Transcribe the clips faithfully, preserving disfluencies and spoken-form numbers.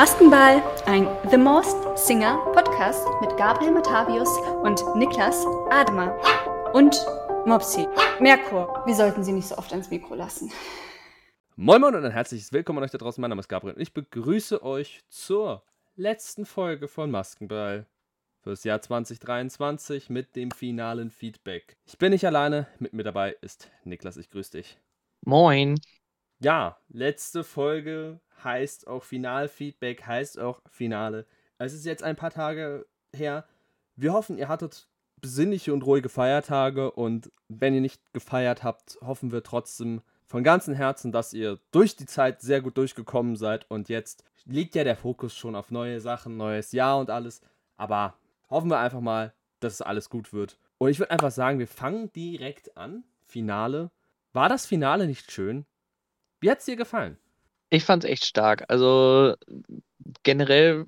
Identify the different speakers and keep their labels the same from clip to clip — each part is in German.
Speaker 1: Maskenball, ein The Most Singer Podcast mit Gabriel Matavius und Niklas Ademer und Mopsi. Merkur, wir sollten sie nicht so oft ans Mikro lassen.
Speaker 2: Moin Moin und ein herzliches Willkommen an euch da draußen. Mein Name ist Gabriel und ich begrüße euch zur letzten Folge von Maskenball fürs Jahr zwanzig dreiundzwanzig mit dem finalen Feedback. Ich bin nicht alleine, mit mir dabei ist Niklas, ich grüße dich.
Speaker 3: Moin.
Speaker 2: Ja, letzte Folge heißt auch Final-Feedback, heißt auch Finale. Es ist jetzt ein paar Tage her. Wir hoffen, ihr hattet besinnliche und ruhige Feiertage und wenn ihr nicht gefeiert habt, hoffen wir trotzdem von ganzem Herzen, dass ihr durch die Zeit sehr gut durchgekommen seid und jetzt liegt ja der Fokus schon auf neue Sachen, neues Jahr und alles, aber hoffen wir einfach mal, dass es alles gut wird. Und ich würde einfach sagen, wir fangen direkt an. Finale. War das Finale nicht schön? Wie hat es dir gefallen?
Speaker 3: Ich fand's echt stark. Also generell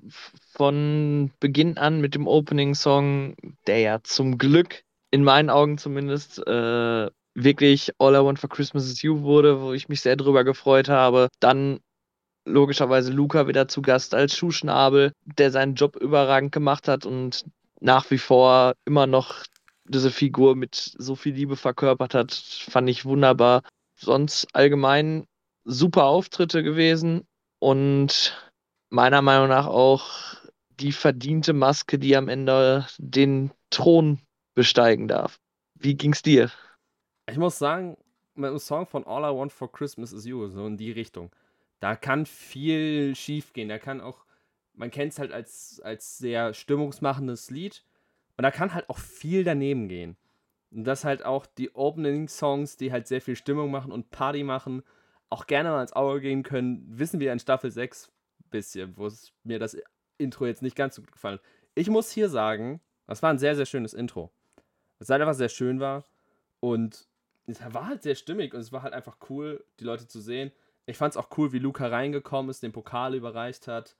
Speaker 3: von Beginn an mit dem Opening-Song, der ja zum Glück, in meinen Augen zumindest, äh, wirklich All I Want for Christmas is You wurde, wo ich mich sehr drüber gefreut habe. Dann logischerweise Luca wieder zu Gast als Schuhschnabel, der seinen Job überragend gemacht hat und nach wie vor immer noch diese Figur mit so viel Liebe verkörpert hat, fand ich wunderbar. Sonst allgemein super Auftritte gewesen und meiner Meinung nach auch die verdiente Maske, die am Ende den Thron besteigen darf. Wie ging's dir?
Speaker 2: Ich muss sagen, mit dem Song von All I Want for Christmas is You, so in die Richtung, da kann viel schief gehen. Da kann auch, man kennt es halt als, als sehr stimmungsmachendes Lied und da kann halt auch viel daneben gehen. Und dass halt auch die Opening-Songs, die halt sehr viel Stimmung machen und Party machen, auch gerne mal ins Auge gehen können, wissen wir in Staffel sechs ein bisschen, wo es mir das Intro jetzt nicht ganz so gut gefallen hat. Ich muss hier sagen, das war ein sehr, sehr schönes Intro. Es halt einfach sehr schön war und es war halt sehr stimmig und es war halt einfach cool, die Leute zu sehen. Ich fand es auch cool, wie Luca reingekommen ist, den Pokal überreicht hat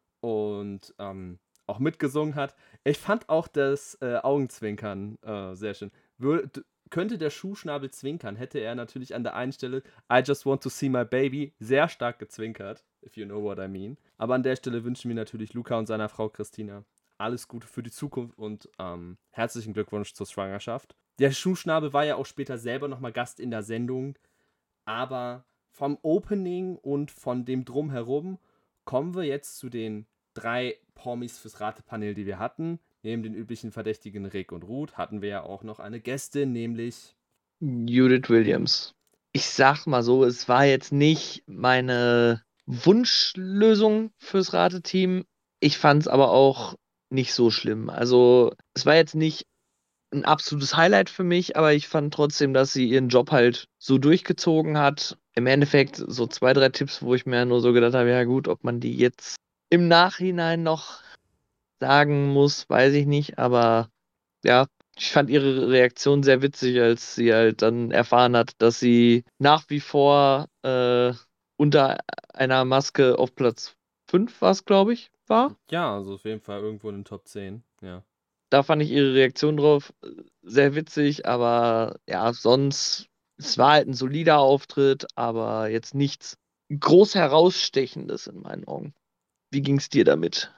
Speaker 2: und ähm, auch mitgesungen hat. Ich fand auch das äh, Augenzwinkern äh, sehr schön. Würde, könnte der Schuhschnabel zwinkern, hätte er natürlich an der einen Stelle I just want to see my baby sehr stark gezwinkert, if you know what I mean. Aber an der Stelle wünschen wir natürlich Luca und seiner Frau Christina alles Gute für die Zukunft und ähm, herzlichen Glückwunsch zur Schwangerschaft. Der Schuhschnabel war ja auch später selber nochmal Gast in der Sendung, aber vom Opening und von dem Drumherum kommen wir jetzt zu den drei Promis fürs Ratepanel, die wir hatten. Neben den üblichen Verdächtigen Rick und Ruth hatten wir ja auch noch eine Gästin, nämlich
Speaker 3: Judith Williams. Ich sag mal so, es war jetzt nicht meine Wunschlösung fürs Rateteam. Ich fand es aber auch nicht so schlimm. Also es war jetzt nicht ein absolutes Highlight für mich, aber ich fand trotzdem, dass sie ihren Job halt so durchgezogen hat. Im Endeffekt so zwei, drei Tipps, wo ich mir nur so gedacht habe, ja gut, ob man die jetzt im Nachhinein noch sagen muss, weiß ich nicht, aber ja, ich fand ihre Reaktion sehr witzig, als sie halt dann erfahren hat, dass sie nach wie vor äh, unter einer Maske auf Platz fünf war es, glaube ich, war.
Speaker 2: ja, also auf jeden Fall irgendwo in den Top zehn, ja.
Speaker 3: Da fand ich ihre Reaktion drauf äh, sehr witzig, aber ja, sonst, es war halt ein solider Auftritt, aber jetzt nichts groß herausstechendes in meinen Augen. Wie ging's dir damit?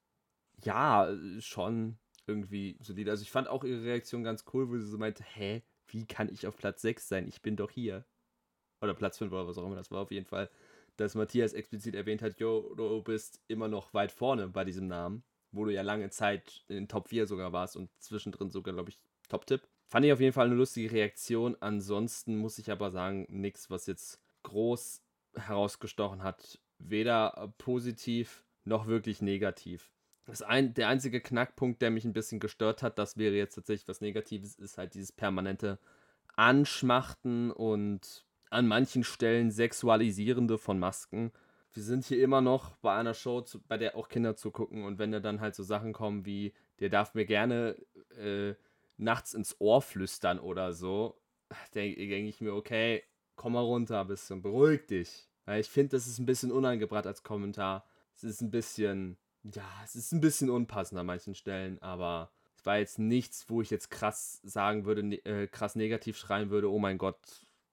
Speaker 2: Ja, schon irgendwie solide. Also ich fand auch ihre Reaktion ganz cool, wo sie so meinte, hä, wie kann ich auf Platz sechs sein? Ich bin doch hier. Oder Platz fünf oder was auch immer das war auf jeden Fall. Dass Matthias explizit erwähnt hat, jo, du bist immer noch weit vorne bei diesem Namen, wo du ja lange Zeit in den Top vier sogar warst und zwischendrin sogar, glaube ich, Top-Tipp. Fand ich auf jeden Fall eine lustige Reaktion. Ansonsten muss ich aber sagen, nichts, was jetzt groß herausgestochen hat. Weder positiv noch wirklich negativ. Das ein, der einzige Knackpunkt, der mich ein bisschen gestört hat, das wäre jetzt tatsächlich was Negatives, ist halt dieses permanente Anschmachten und an manchen Stellen sexualisierende von Masken. Wir sind hier immer noch bei einer Show, zu, bei der auch Kinder zugucken und wenn da dann halt so Sachen kommen wie, der darf mir gerne äh, nachts ins Ohr flüstern oder so, denke denk ich mir, okay, komm mal runter ein bisschen, beruhig dich. Weil ich finde, das ist ein bisschen unangebracht als Kommentar. Es ist ein bisschen, ja, es ist ein bisschen unpassend an manchen Stellen, aber es war jetzt nichts, wo ich jetzt krass sagen würde, ne, äh, krass negativ schreien würde, oh mein Gott,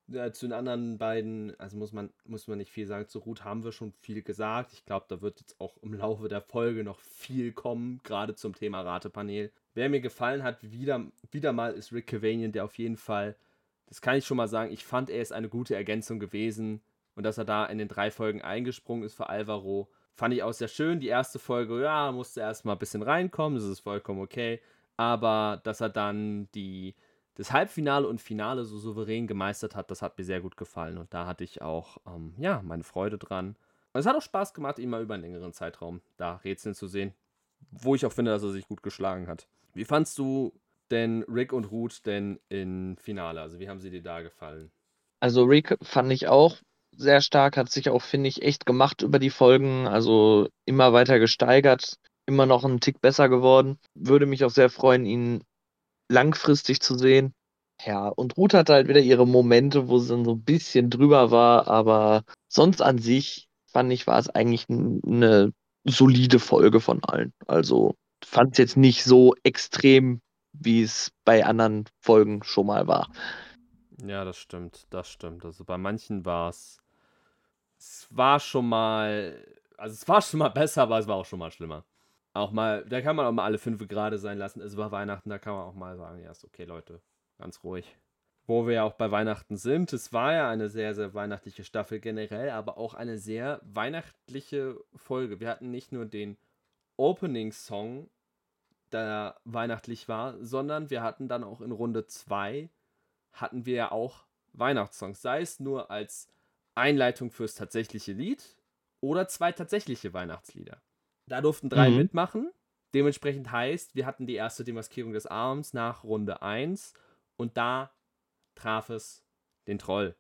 Speaker 2: Ja, zu den anderen beiden, also muss man, muss man nicht viel sagen. Zu Ruth haben wir schon viel gesagt. Ich glaube, da wird jetzt auch im Laufe der Folge noch viel kommen, gerade zum Thema Ratepanel. Wer mir gefallen hat, wieder, wieder mal, ist Rick Cavanian, der auf jeden Fall, das kann ich schon mal sagen, ich fand, er ist eine gute Ergänzung gewesen. Und dass er da in den drei Folgen eingesprungen ist für Alvaro, fand ich auch sehr schön. Die erste Folge, ja, musste erstmal ein bisschen reinkommen, das ist vollkommen okay. Aber dass er dann die das Halbfinale und Finale so souverän gemeistert hat, das hat mir sehr gut gefallen. Und da hatte ich auch, ähm, ja, meine Freude dran. Und es hat auch Spaß gemacht, ihn mal über einen längeren Zeitraum da rätseln zu sehen. Wo ich auch finde, dass er sich gut geschlagen hat. Wie fandst du denn Rick und Ruth denn im Finale? Also wie haben sie dir da gefallen?
Speaker 3: Also Rick fand ich auch sehr stark, hat sich auch, finde ich, echt gemacht über die Folgen, also immer weiter gesteigert, immer noch einen Tick besser geworden. Würde mich auch sehr freuen, ihn langfristig zu sehen. Ja, und Ruth hatte halt wieder ihre Momente, wo sie dann so ein bisschen drüber war, aber sonst an sich fand ich, war es eigentlich n- eine solide Folge von allen. Also fand es jetzt nicht so extrem, wie es bei anderen Folgen schon mal war.
Speaker 2: Ja, das stimmt, das stimmt. Also bei manchen war es, es war schon mal, also es war schon mal besser, aber es war auch schon mal schlimmer. Auch mal, da kann man auch mal alle fünf gerade sein lassen. Es war Weihnachten, da kann man auch mal sagen, ja, ist okay, Leute, ganz ruhig. Wo wir ja auch bei Weihnachten sind. Es war ja eine sehr, sehr weihnachtliche Staffel generell, aber auch eine sehr weihnachtliche Folge. Wir hatten nicht nur den Opening-Song, der weihnachtlich war, sondern wir hatten dann auch in Runde zwei hatten wir ja auch Weihnachtssongs. Sei es nur als Einleitung fürs tatsächliche Lied oder zwei tatsächliche Weihnachtslieder. Da durften drei
Speaker 3: Mhm.
Speaker 2: mitmachen. Dementsprechend heißt, wir hatten die erste Demaskierung des Abends nach Runde eins und da traf es den Troll.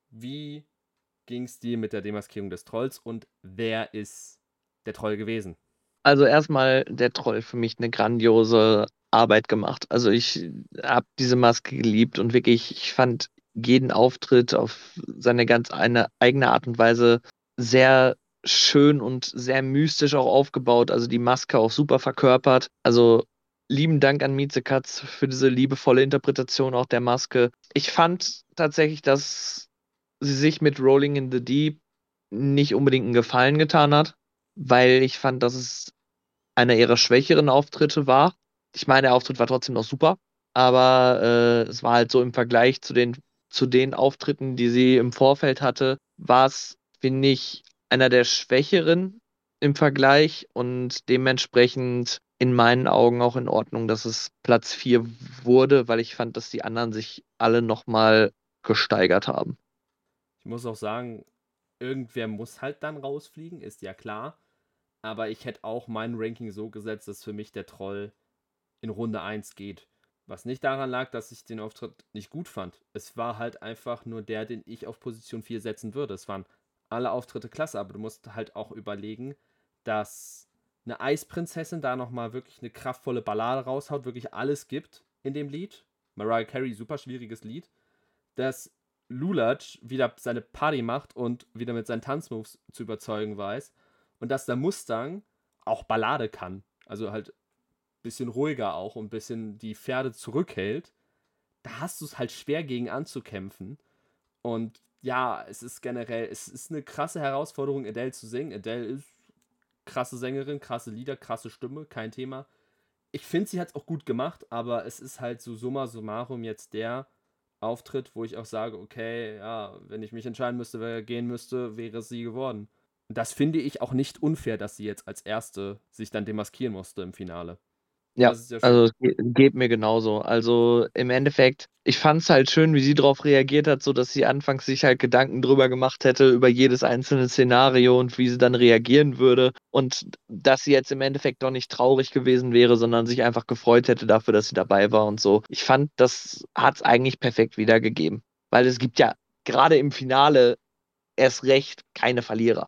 Speaker 2: Wie ging es dir mit der Demaskierung des Trolls und wer ist der Troll gewesen?
Speaker 3: Also erstmal der Troll für mich eine grandiose Arbeit gemacht. Also ich habe diese Maske geliebt und wirklich, ich fand jeden Auftritt auf seine ganz eine eigene Art und Weise sehr schön und sehr mystisch auch aufgebaut. Also die Maske auch super verkörpert. Also lieben Dank an Mieze Katz für diese liebevolle Interpretation auch der Maske. Ich fand tatsächlich, dass sie sich mit Rolling in the Deep nicht unbedingt einen Gefallen getan hat, weil ich fand, dass es einer ihrer schwächeren Auftritte war. Ich meine, der Auftritt war trotzdem noch super, aber äh, es war halt so im Vergleich zu den, zu den Auftritten, die sie im Vorfeld hatte, war es, finde ich, einer der schwächeren im Vergleich und dementsprechend in meinen Augen auch in Ordnung, dass es Platz vier wurde, weil ich fand, dass die anderen sich alle nochmal gesteigert haben.
Speaker 2: Ich muss auch sagen, irgendwer muss halt dann rausfliegen, ist ja klar. Aber ich hätte auch mein Ranking so gesetzt, dass für mich der Troll in Runde eins geht. Was nicht daran lag, dass ich den Auftritt nicht gut fand. Es war halt einfach nur der, den ich auf Position vier setzen würde. Es waren alle Auftritte klasse, aber du musst halt auch überlegen, dass eine Eisprinzessin da nochmal wirklich eine kraftvolle Ballade raushaut, wirklich alles gibt in dem Lied. Mariah Carey, super schwieriges Lied. Dass Lulatsch wieder seine Party macht und wieder mit seinen Tanzmoves zu überzeugen weiß. Und dass der Mustang auch Ballade kann. Also halt ein bisschen ruhiger auch und ein bisschen die Pferde zurückhält. Da hast du es halt schwer gegen anzukämpfen. Und ja, es ist generell, es ist eine krasse Herausforderung, Adele zu singen. Adele ist krasse Sängerin, krasse Lieder, krasse Stimme, kein Thema. Ich finde, sie hat es auch gut gemacht, aber es ist halt so summa summarum jetzt der Auftritt, wo ich auch sage, okay, ja, wenn ich mich entscheiden müsste, wer gehen müsste, wäre es sie geworden. Und das finde ich auch nicht unfair, dass sie jetzt als Erste sich dann demaskieren musste im Finale.
Speaker 3: Ja,
Speaker 2: Das ist ja
Speaker 3: also
Speaker 2: schön.
Speaker 3: es ge- geht mir genauso. Also im Endeffekt, ich fand es halt schön, wie sie darauf reagiert hat, so dass sie anfangs sich halt Gedanken drüber gemacht hätte, über jedes einzelne Szenario und wie sie dann reagieren würde. Und dass sie jetzt im Endeffekt doch nicht traurig gewesen wäre, sondern sich einfach gefreut hätte dafür, dass sie dabei war und so. Ich fand, das hat es eigentlich perfekt wiedergegeben. Weil es gibt ja gerade im Finale erst recht keine Verlierer.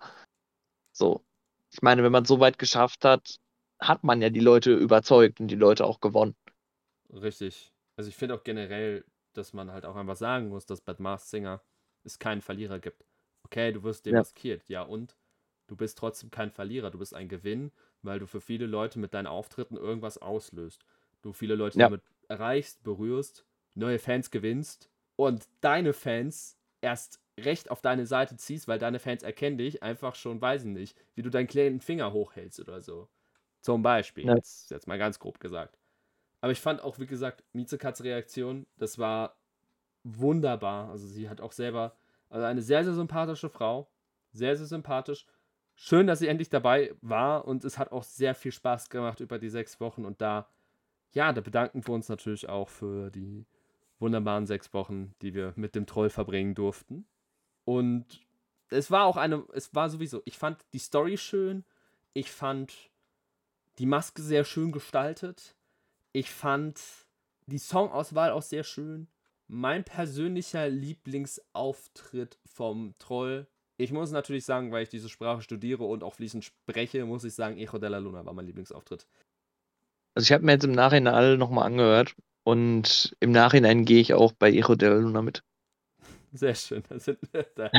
Speaker 3: So. Ich meine, wenn man es so weit geschafft hat, hat man ja die Leute überzeugt und die Leute auch gewonnen.
Speaker 2: Richtig. Also ich finde auch generell, dass man halt auch einfach sagen muss, dass bei Masked Singer es keinen Verlierer gibt. Okay, du wirst
Speaker 3: Ja,
Speaker 2: demaskiert, ja und? Du bist trotzdem kein Verlierer, du bist ein Gewinn, weil du für viele Leute mit deinen Auftritten irgendwas auslöst. Du viele Leute
Speaker 3: ja,
Speaker 2: damit erreichst, berührst, neue Fans gewinnst und deine Fans erst recht auf deine Seite ziehst, weil deine Fans erkennen dich einfach schon, weiß ich nicht, wie du deinen kleinen Finger hochhältst oder so. Zum Beispiel,
Speaker 3: Ja.
Speaker 2: jetzt, jetzt mal ganz grob gesagt. Aber ich fand auch, wie gesagt, Mizukats Reaktion, das war wunderbar. Also sie hat auch selber, also eine sehr, sehr sympathische Frau. Sehr, sehr sympathisch. Schön, dass sie endlich dabei war und es hat auch sehr viel Spaß gemacht über die sechs Wochen und da, ja, da bedanken wir uns natürlich auch für die wunderbaren sechs Wochen, die wir mit dem Troll verbringen durften. Und es war auch eine, es war sowieso, ich fand die Story schön, ich fand die Maske sehr schön gestaltet, ich fand die Songauswahl auch sehr schön. Mein persönlicher Lieblingsauftritt vom Troll, ich muss natürlich sagen, weil ich diese Sprache studiere und auch fließend spreche, muss ich sagen, Echo della Luna war mein Lieblingsauftritt.
Speaker 3: Also ich habe mir jetzt im Nachhinein alle nochmal angehört und im Nachhinein gehe ich auch bei Echo della Luna mit.
Speaker 2: Sehr schön. Da sind wir da.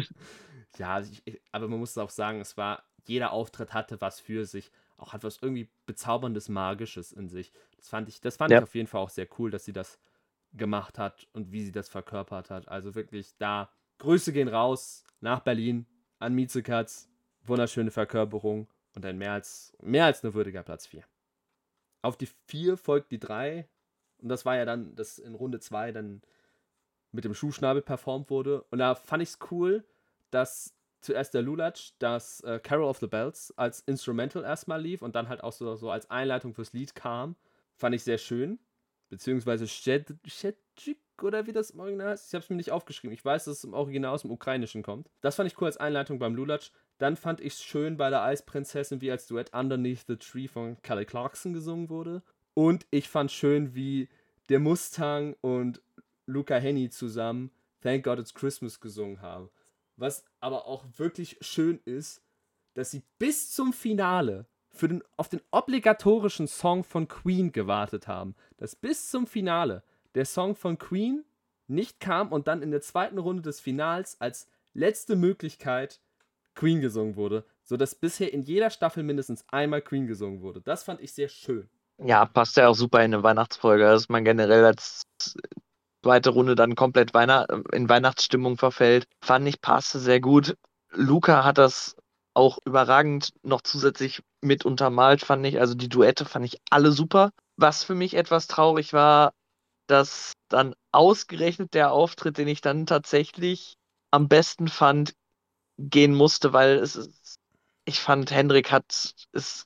Speaker 2: Ja, ich, aber man muss auch sagen, es war, jeder Auftritt hatte was für sich, auch hat was irgendwie bezauberndes, magisches in sich. Das fand ich, das fand
Speaker 3: Ja.
Speaker 2: ich auf jeden Fall auch sehr cool, dass sie das gemacht hat und wie sie das verkörpert hat. Also wirklich da, Grüße gehen raus nach Berlin an Mizukatz, wunderschöne Verkörperung und ein mehr als, mehr als nur würdiger Platz vier. Auf die vier folgt die drei und das war ja dann, das in Runde zwei dann mit dem Schuhschnabel performt wurde. Und da fand ich es cool, dass zuerst der Lulatsch, das äh, Carol of the Bells als Instrumental erstmal lief und dann halt auch so, so als Einleitung fürs Lied kam. Fand ich sehr schön. Beziehungsweise Shedjik oder wie das im Original heißt. Ich habe es mir nicht aufgeschrieben. Ich weiß, dass es im Original aus dem Ukrainischen kommt. Das fand ich cool als Einleitung beim Lulatsch. Dann fand ich es schön bei der Eisprinzessin, wie als Duett Underneath the Tree von Kelly Clarkson gesungen wurde. Und ich fand schön, wie der Mustang und Luca Henney zusammen Thank God It's Christmas gesungen haben. Was aber auch wirklich schön ist, dass sie bis zum Finale für den, auf den obligatorischen Song von Queen gewartet haben. Dass bis zum Finale der Song von Queen nicht kam und dann in der zweiten Runde des Finals als letzte Möglichkeit Queen gesungen wurde. Sodass bisher in jeder Staffel mindestens einmal Queen gesungen wurde. Das fand ich sehr schön.
Speaker 3: Ja, passt ja auch super in eine Weihnachtsfolge, dass man generell als zweite Runde dann komplett Weihnacht in Weihnachtsstimmung verfällt. Fand ich, passte sehr gut. Luca hat das auch überragend noch zusätzlich mit untermalt, fand ich. Also die Duette fand ich alle super. Was für mich etwas traurig war, dass dann ausgerechnet der Auftritt, den ich dann tatsächlich am besten fand, gehen musste, weil es ist, ich fand, Hendrik hat es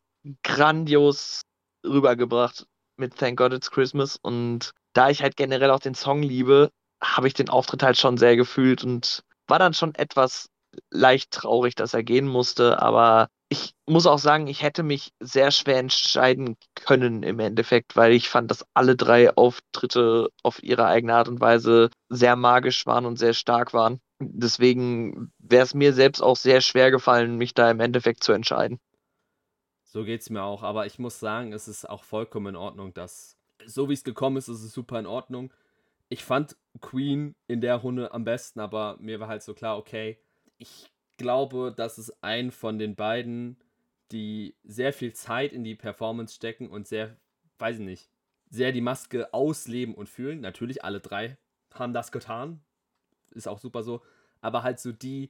Speaker 3: grandios rübergebracht mit Thank God It's Christmas und da ich halt generell auch den Song liebe, habe ich den Auftritt halt schon sehr gefühlt und war dann schon etwas leicht traurig, dass er gehen musste, aber ich muss auch sagen, ich hätte mich sehr schwer entscheiden können im Endeffekt, weil ich fand, dass alle drei Auftritte auf ihre eigene Art und Weise sehr magisch waren und sehr stark waren. Deswegen wäre es mir selbst auch sehr schwer gefallen, mich da im Endeffekt zu entscheiden.
Speaker 2: So geht's mir auch, aber ich muss sagen, es ist auch vollkommen in Ordnung, dass, so wie es gekommen ist, ist es super in Ordnung. Ich fand Queen in der Runde am besten, aber mir war halt so klar, okay, ich glaube, dass es ein von den beiden, die sehr viel Zeit in die Performance stecken und sehr, weiß ich nicht, sehr die Maske ausleben und fühlen. Natürlich, alle drei haben das getan. Ist auch super so. Aber halt so die,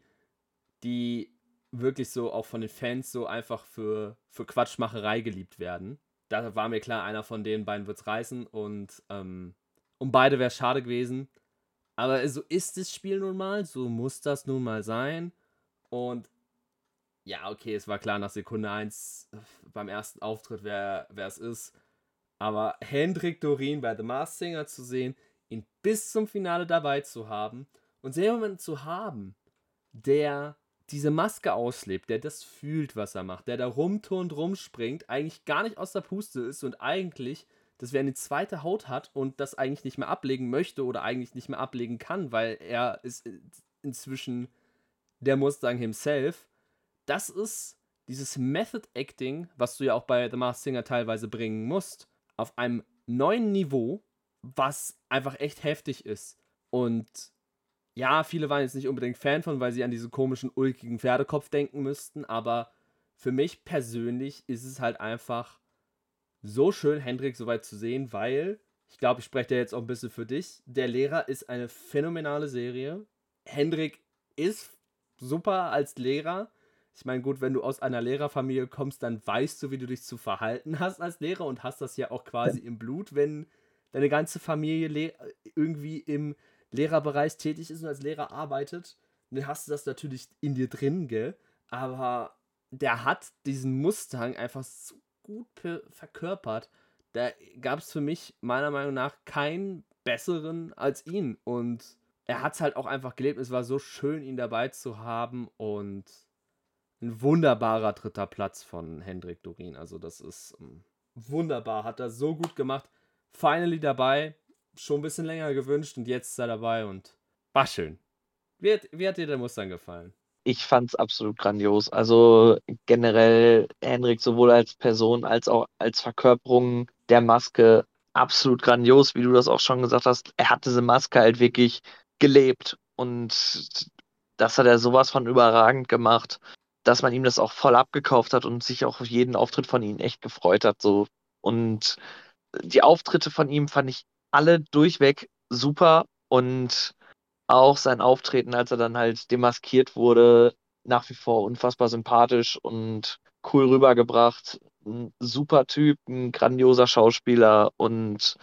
Speaker 2: die wirklich so auch von den Fans so einfach für, für Quatschmacherei geliebt werden. Da war mir klar, einer von den beiden wird's reißen und ähm, um beide wäre es schade gewesen. Aber so ist das Spiel nun mal, so muss das nun mal sein. Und ja, okay, es war klar nach Sekunde eins beim ersten Auftritt, wer wer es ist. Aber Hendrik Dorin bei The Masked Singer zu sehen, ihn bis zum Finale dabei zu haben und selber jemanden zu haben, der diese Maske auslebt, der das fühlt, was er macht, der da rumturnt, rumspringt, eigentlich gar nicht aus der Puste ist und eigentlich, dass wer eine zweite Haut hat und das eigentlich nicht mehr ablegen möchte oder eigentlich nicht mehr ablegen kann, weil er ist inzwischen der Mustang himself. Das ist dieses Method Acting, was du ja auch bei The Masked Singer teilweise bringen musst, auf einem neuen Niveau, was einfach echt heftig ist. Und ja, viele waren jetzt nicht unbedingt Fan von, weil sie an diesen komischen, ulkigen Pferdekopf denken müssten, aber für mich persönlich ist es halt einfach so schön, Hendrik soweit zu sehen, weil, ich glaube, ich spreche da jetzt auch ein bisschen für dich, Der Lehrer ist eine phänomenale Serie. Hendrik ist super als Lehrer. Ich meine, gut, wenn du aus einer Lehrerfamilie kommst, dann weißt du, wie du dich zu verhalten hast als Lehrer und hast das ja auch quasi im Blut, wenn deine ganze Familie le- irgendwie im Lehrerbereich tätig ist und als Lehrer arbeitet. Dann hast du das natürlich in dir drin, gell? Aber der hat diesen Mustang einfach so gut per- verkörpert. Da gab es für mich meiner Meinung nach keinen besseren als ihn. Und er hat es halt auch einfach gelebt. Es war so schön, ihn dabei zu haben. Und ein wunderbarer dritter Platz von Hendrik Dorin. Also das ist ähm, wunderbar. Hat er so gut gemacht. Finally dabei. Schon ein bisschen länger gewünscht. Und jetzt ist er dabei. Und war schön. Wie hat, wie hat dir der Mustang gefallen?
Speaker 3: Ich fand's absolut grandios. Also generell Hendrik sowohl als Person als auch als Verkörperung der Maske absolut grandios, wie du das auch schon gesagt hast. Er hat diese Maske halt wirklich gelebt und das hat er sowas von überragend gemacht, dass man ihm das auch voll abgekauft hat und sich auch auf jeden Auftritt von ihm echt gefreut hat. So. Und die Auftritte von ihm fand ich alle durchweg super und auch sein Auftreten, als er dann halt demaskiert wurde, nach wie vor unfassbar sympathisch und cool rübergebracht. Ein super Typ, ein grandioser Schauspieler und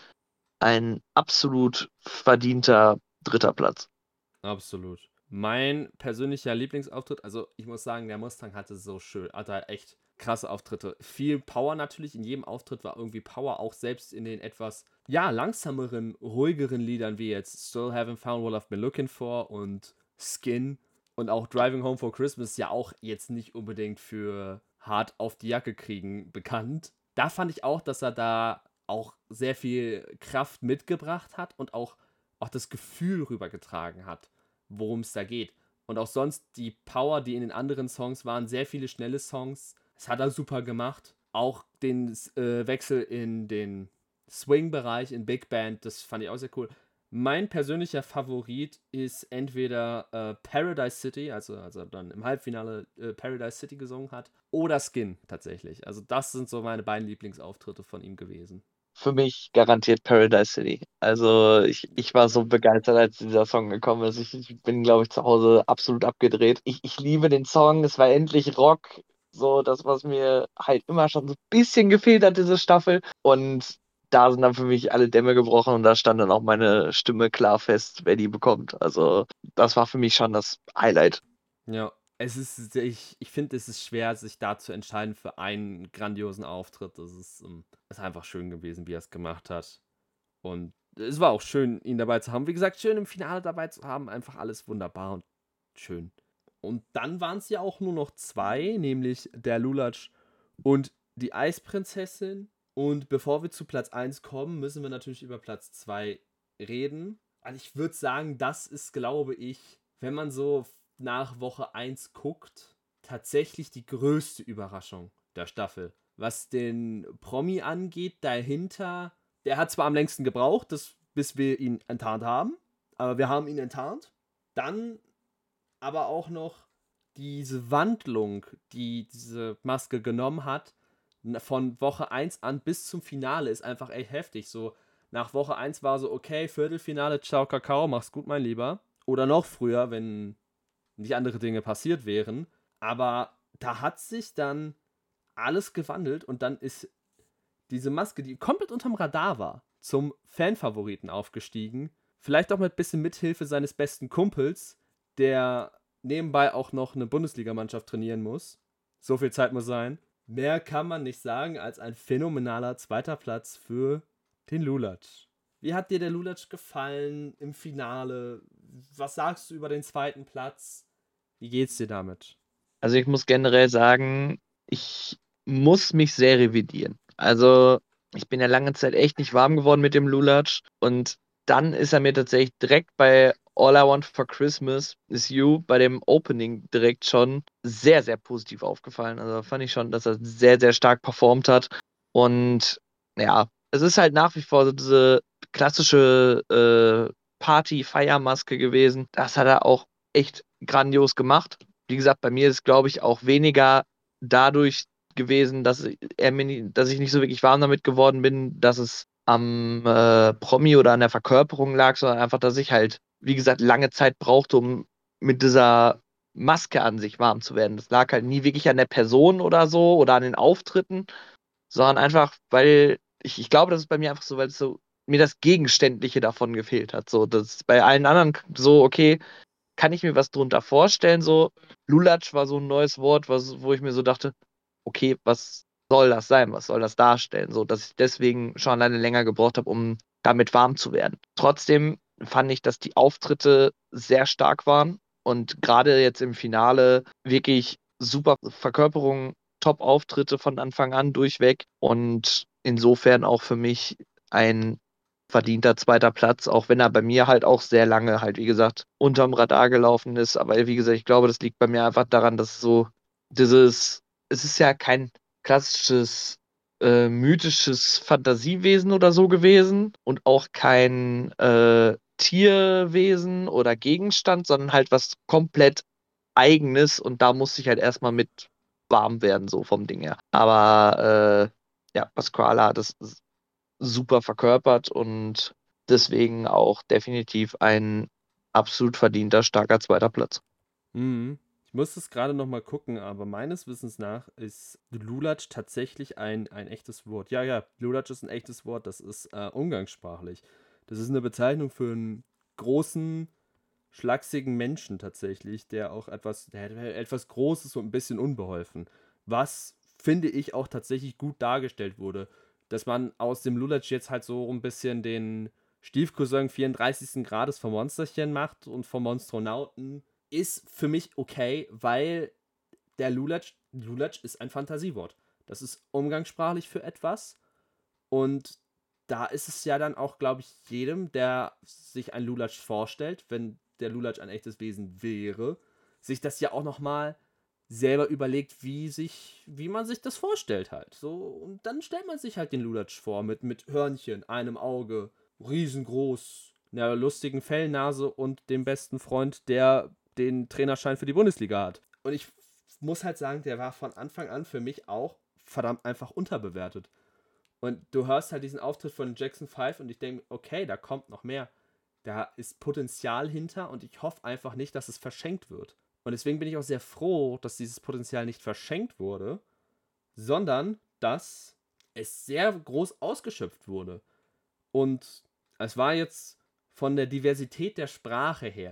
Speaker 3: ein absolut verdienter dritter Platz.
Speaker 2: Absolut. Mein persönlicher Lieblingsauftritt, also ich muss sagen, der Mustang hatte so schön, hatte echt krasse Auftritte. Viel Power natürlich, in jedem Auftritt war irgendwie Power, auch selbst in den etwas, ja, langsameren, ruhigeren Liedern wie jetzt Still Haven't Found What I've Been Looking For und Skin und auch Driving Home for Christmas, ja auch jetzt nicht unbedingt für hart auf die Jacke kriegen bekannt. Da fand ich auch, dass er da auch sehr viel Kraft mitgebracht hat und auch auch das Gefühl rübergetragen hat, worum es da geht. Und auch sonst die Power, die in den anderen Songs waren, sehr viele schnelle Songs. Das hat er super gemacht. Auch den äh, Wechsel in den Swing-Bereich, in Big Band, das fand ich auch sehr cool. Mein persönlicher Favorit ist entweder äh, Paradise City, also, also dann im Halbfinale äh, Paradise City gesungen hat, oder Skin tatsächlich. Also das sind so meine beiden Lieblingsauftritte von ihm gewesen.
Speaker 3: Für mich garantiert Paradise City. Also ich, ich war so begeistert, als dieser Song gekommen ist. Ich, ich bin, glaube ich, zu Hause absolut abgedreht. Ich, ich liebe den Song. Es war endlich Rock. So das, was mir halt immer schon so ein bisschen gefehlt hat, diese Staffel. Und da sind dann für mich alle Dämme gebrochen und da stand dann auch meine Stimme klar fest, wer die bekommt. Also das war für mich schon das Highlight.
Speaker 2: Ja, es ist, ich, ich finde, es ist schwer, sich da zu entscheiden für einen grandiosen Auftritt. Das ist, ähm, ist einfach schön gewesen, wie er es gemacht hat. Und es war auch schön, ihn dabei zu haben. Wie gesagt, schön im Finale dabei zu haben. Einfach alles wunderbar und schön. Und dann waren es ja auch nur noch zwei, nämlich der Lulatsch und die Eisprinzessin. Und bevor wir zu Platz eins kommen, müssen wir natürlich über Platz zwei reden. Und ich würde sagen, das ist, glaube ich, wenn man so nach Woche eins guckt, tatsächlich die größte Überraschung der Staffel. Was den Promi angeht, dahinter, der hat zwar am längsten gebraucht, das, bis wir ihn enttarnt haben, aber wir haben ihn enttarnt. Dann aber auch noch diese Wandlung, die diese Maske genommen hat, von Woche eins an bis zum Finale, ist einfach echt heftig. So, nach Woche eins war so, okay, Viertelfinale, ciao, Kakao, mach's gut, mein Lieber. Oder noch früher, wenn nicht andere Dinge passiert wären. Aber da hat sich dann alles gewandelt und dann ist diese Maske, die komplett unterm Radar war, zum Fanfavoriten aufgestiegen. Vielleicht auch mit ein bisschen Mithilfe seines besten Kumpels, der nebenbei auch noch eine Bundesligamannschaft trainieren muss. So viel Zeit muss sein. Mehr kann man nicht sagen als ein phänomenaler zweiter Platz für den Lulatsch. Wie hat dir der Lulatsch gefallen im Finale? Was sagst du über den zweiten Platz? Wie geht's dir damit?
Speaker 3: Also ich muss generell sagen, ich muss mich sehr revidieren. Also ich bin ja lange Zeit echt nicht warm geworden mit dem Lulatsch und dann ist er mir tatsächlich direkt bei All I Want for Christmas is You bei dem Opening direkt schon sehr, sehr positiv aufgefallen. Also fand ich schon, dass er sehr, sehr stark performt hat und ja, es ist halt nach wie vor so diese klassische äh, Party-Feiermaske gewesen. Das hat er auch echt grandios gemacht. Wie gesagt, bei mir ist, glaube ich, auch weniger dadurch gewesen, dass er mir nie, dass ich nicht so wirklich warm damit geworden bin, dass es am äh, Promi oder an der Verkörperung lag, sondern einfach, dass ich halt wie gesagt, lange Zeit brauchte, um mit dieser Maske an sich warm zu werden. Das lag halt nie wirklich an der Person oder so oder an den Auftritten, sondern einfach, weil ich, ich glaube, das ist bei mir einfach so, weil es so mir das Gegenständliche davon gefehlt hat. So, das ist bei allen anderen so, okay, kann ich mir was drunter vorstellen, so. Lulatsch war so ein neues Wort, was, wo ich mir so dachte, okay, was soll das sein? Was soll das darstellen? So, dass ich deswegen schon alleine länger gebraucht habe, um damit warm zu werden. Trotzdem fand ich, dass die Auftritte sehr stark waren und gerade jetzt im Finale wirklich super Verkörperung, Top-Auftritte von Anfang an durchweg und insofern auch für mich ein verdienter zweiter Platz, auch wenn er bei mir halt auch sehr lange halt, wie gesagt, unterm Radar gelaufen ist. Aber wie gesagt, ich glaube, das liegt bei mir einfach daran, dass so dieses, es ist ja kein klassisches äh, mythisches Fantasiewesen oder so gewesen und auch kein äh, Tierwesen oder Gegenstand, sondern halt was komplett Eigenes und da musste ich halt erstmal mit warm werden, so vom Ding her. Aber äh, ja, Pasquale hat es super verkörpert und deswegen auch definitiv ein absolut verdienter, starker zweiter Platz.
Speaker 2: Mhm. Ich muss es gerade noch mal gucken, aber meines Wissens nach ist Lulatsch tatsächlich ein, ein echtes Wort. Ja, ja, Lulatsch ist ein echtes Wort, das ist äh, umgangssprachlich. Das ist eine Bezeichnung für einen großen, schlachsigen Menschen tatsächlich, der auch etwas, der etwas Großes und ein bisschen unbeholfen. Was, finde ich, auch tatsächlich gut dargestellt wurde. Dass man aus dem Lulatsch jetzt halt so ein bisschen den Stiefcousin vierunddreißigsten Grades vom Monsterchen macht und vom Monstronauten, ist für mich okay, weil der Lulatsch, Lulatsch ist ein Fantasiewort. Das ist umgangssprachlich für etwas und da ist es ja dann auch, glaube ich, jedem, der sich ein Lulatsch vorstellt, wenn der Lulatsch ein echtes Wesen wäre, sich das ja auch nochmal selber überlegt, wie sich, wie man sich das vorstellt halt. So, und dann stellt man sich halt den Lulatsch vor mit, mit Hörnchen, einem Auge, riesengroß, einer lustigen Fellnase und dem besten Freund, der den Trainerschein für die Bundesliga hat. Und ich muss halt sagen, der war von Anfang an für mich auch verdammt einfach unterbewertet. Und du hörst halt diesen Auftritt von Jackson Five und ich denke, okay, da kommt noch mehr. Da ist Potenzial hinter und ich hoffe einfach nicht, dass es verschenkt wird. Und deswegen bin ich auch sehr froh, dass dieses Potenzial nicht verschenkt wurde, sondern dass es sehr groß ausgeschöpft wurde. Und es war jetzt von der Diversität der Sprache her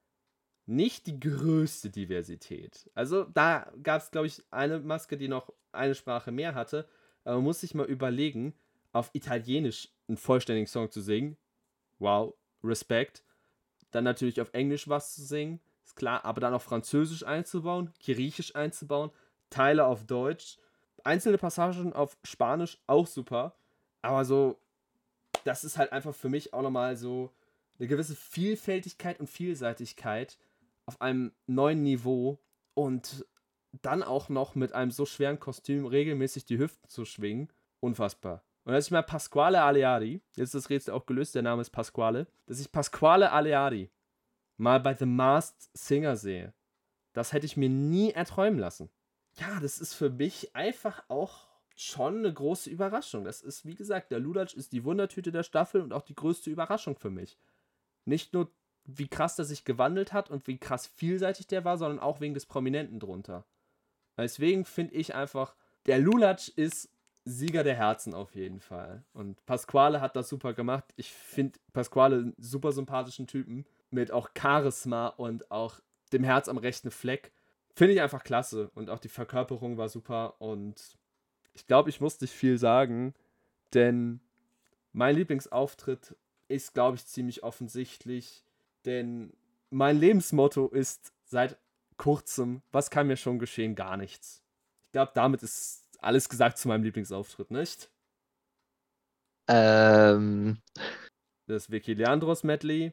Speaker 2: nicht die größte Diversität. Also da gab es, glaube ich, eine Maske, die noch eine Sprache mehr hatte. Aber man muss sich mal überlegen, auf Italienisch einen vollständigen Song zu singen. Wow, Respekt. Dann natürlich auf Englisch was zu singen, ist klar. Aber dann auf Französisch einzubauen, Griechisch einzubauen, Teile auf Deutsch, einzelne Passagen auf Spanisch auch super. Aber so, das ist halt einfach für mich auch nochmal so eine gewisse Vielfältigkeit und Vielseitigkeit auf einem neuen Niveau und dann auch noch mit einem so schweren Kostüm regelmäßig die Hüften zu schwingen. Unfassbar. Und als ich mal Pasquale Aleari, jetzt ist das Rätsel auch gelöst, der Name ist Pasquale, dass ich Pasquale Aleari mal bei The Masked Singer sehe, das hätte ich mir nie erträumen lassen. Ja, das ist für mich einfach auch schon eine große Überraschung. Das ist, wie gesagt, der Lulatsch ist die Wundertüte der Staffel und auch die größte Überraschung für mich. Nicht nur, wie krass der sich gewandelt hat und wie krass vielseitig der war, sondern auch wegen des Prominenten drunter. Deswegen finde ich einfach, der Lulatsch ist Sieger der Herzen auf jeden Fall. Und Pasquale hat das super gemacht. Ich finde Pasquale einen super sympathischen Typen mit auch Charisma und auch dem Herz am rechten Fleck. Finde ich einfach klasse. Und auch die Verkörperung war super. Und ich glaube, ich muss nicht viel sagen, denn mein Lieblingsauftritt ist, glaube ich, ziemlich offensichtlich. Denn mein Lebensmotto ist seit kurzem, was kann mir schon geschehen? Gar nichts. Ich glaube, damit ist alles gesagt zu meinem Lieblingsauftritt, nicht?
Speaker 3: Ähm,
Speaker 2: Das Vicky Leandros Medley,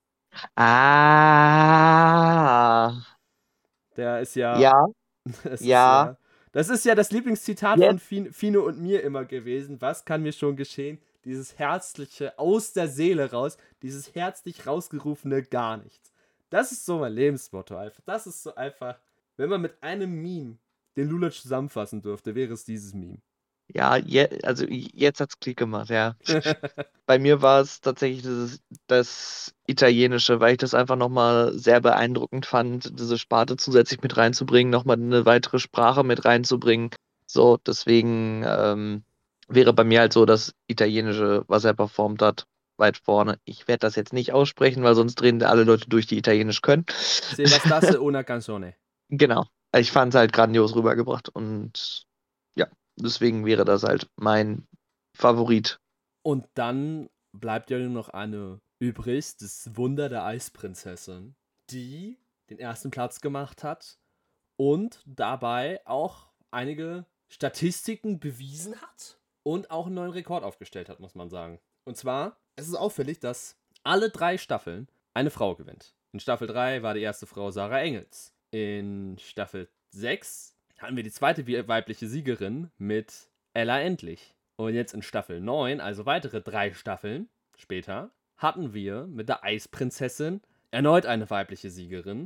Speaker 3: ah,
Speaker 2: der ist ja,
Speaker 3: ja,
Speaker 2: das ist
Speaker 3: ja,
Speaker 2: ja, das ist ja das Lieblingszitat von
Speaker 3: jetzt,
Speaker 2: Fin- Fino und mir immer gewesen. Was kann mir schon geschehen? Dieses herzliche, aus der Seele raus, dieses herzlich rausgerufene gar nichts. Das ist so mein Lebensmotto einfach. Das ist so einfach, wenn man mit einem Meme den Lulatsch zusammenfassen dürfte, wäre es dieses Meme.
Speaker 3: Ja, je, also jetzt hat's Klick gemacht, ja. Bei mir war es tatsächlich das, das Italienische, weil ich das einfach nochmal sehr beeindruckend fand, diese Sparte zusätzlich mit reinzubringen, nochmal eine weitere Sprache mit reinzubringen. So, deswegen ähm, wäre bei mir halt so das Italienische, was er performt hat, weit vorne. Ich werde das jetzt nicht aussprechen, weil sonst drehen alle Leute durch, die Italienisch können.
Speaker 2: Se bastasse una canzone.
Speaker 3: Genau. Ich fand es halt grandios rübergebracht und ja, deswegen wäre das halt mein Favorit.
Speaker 2: Und dann bleibt ja nur noch eine übrig, das Wunder der Eisprinzessin, die den ersten Platz gemacht hat und dabei auch einige Statistiken bewiesen hat und auch einen neuen Rekord aufgestellt hat, muss man sagen. Und zwar, es ist auffällig, dass alle drei Staffeln eine Frau gewinnt. In Staffel drei war die erste Frau Sarah Engels. In Staffel sechs hatten wir die zweite weibliche Siegerin mit Ella Endlich. Und jetzt in Staffel neun, also weitere drei Staffeln später, hatten wir mit der Eisprinzessin erneut eine weibliche Siegerin.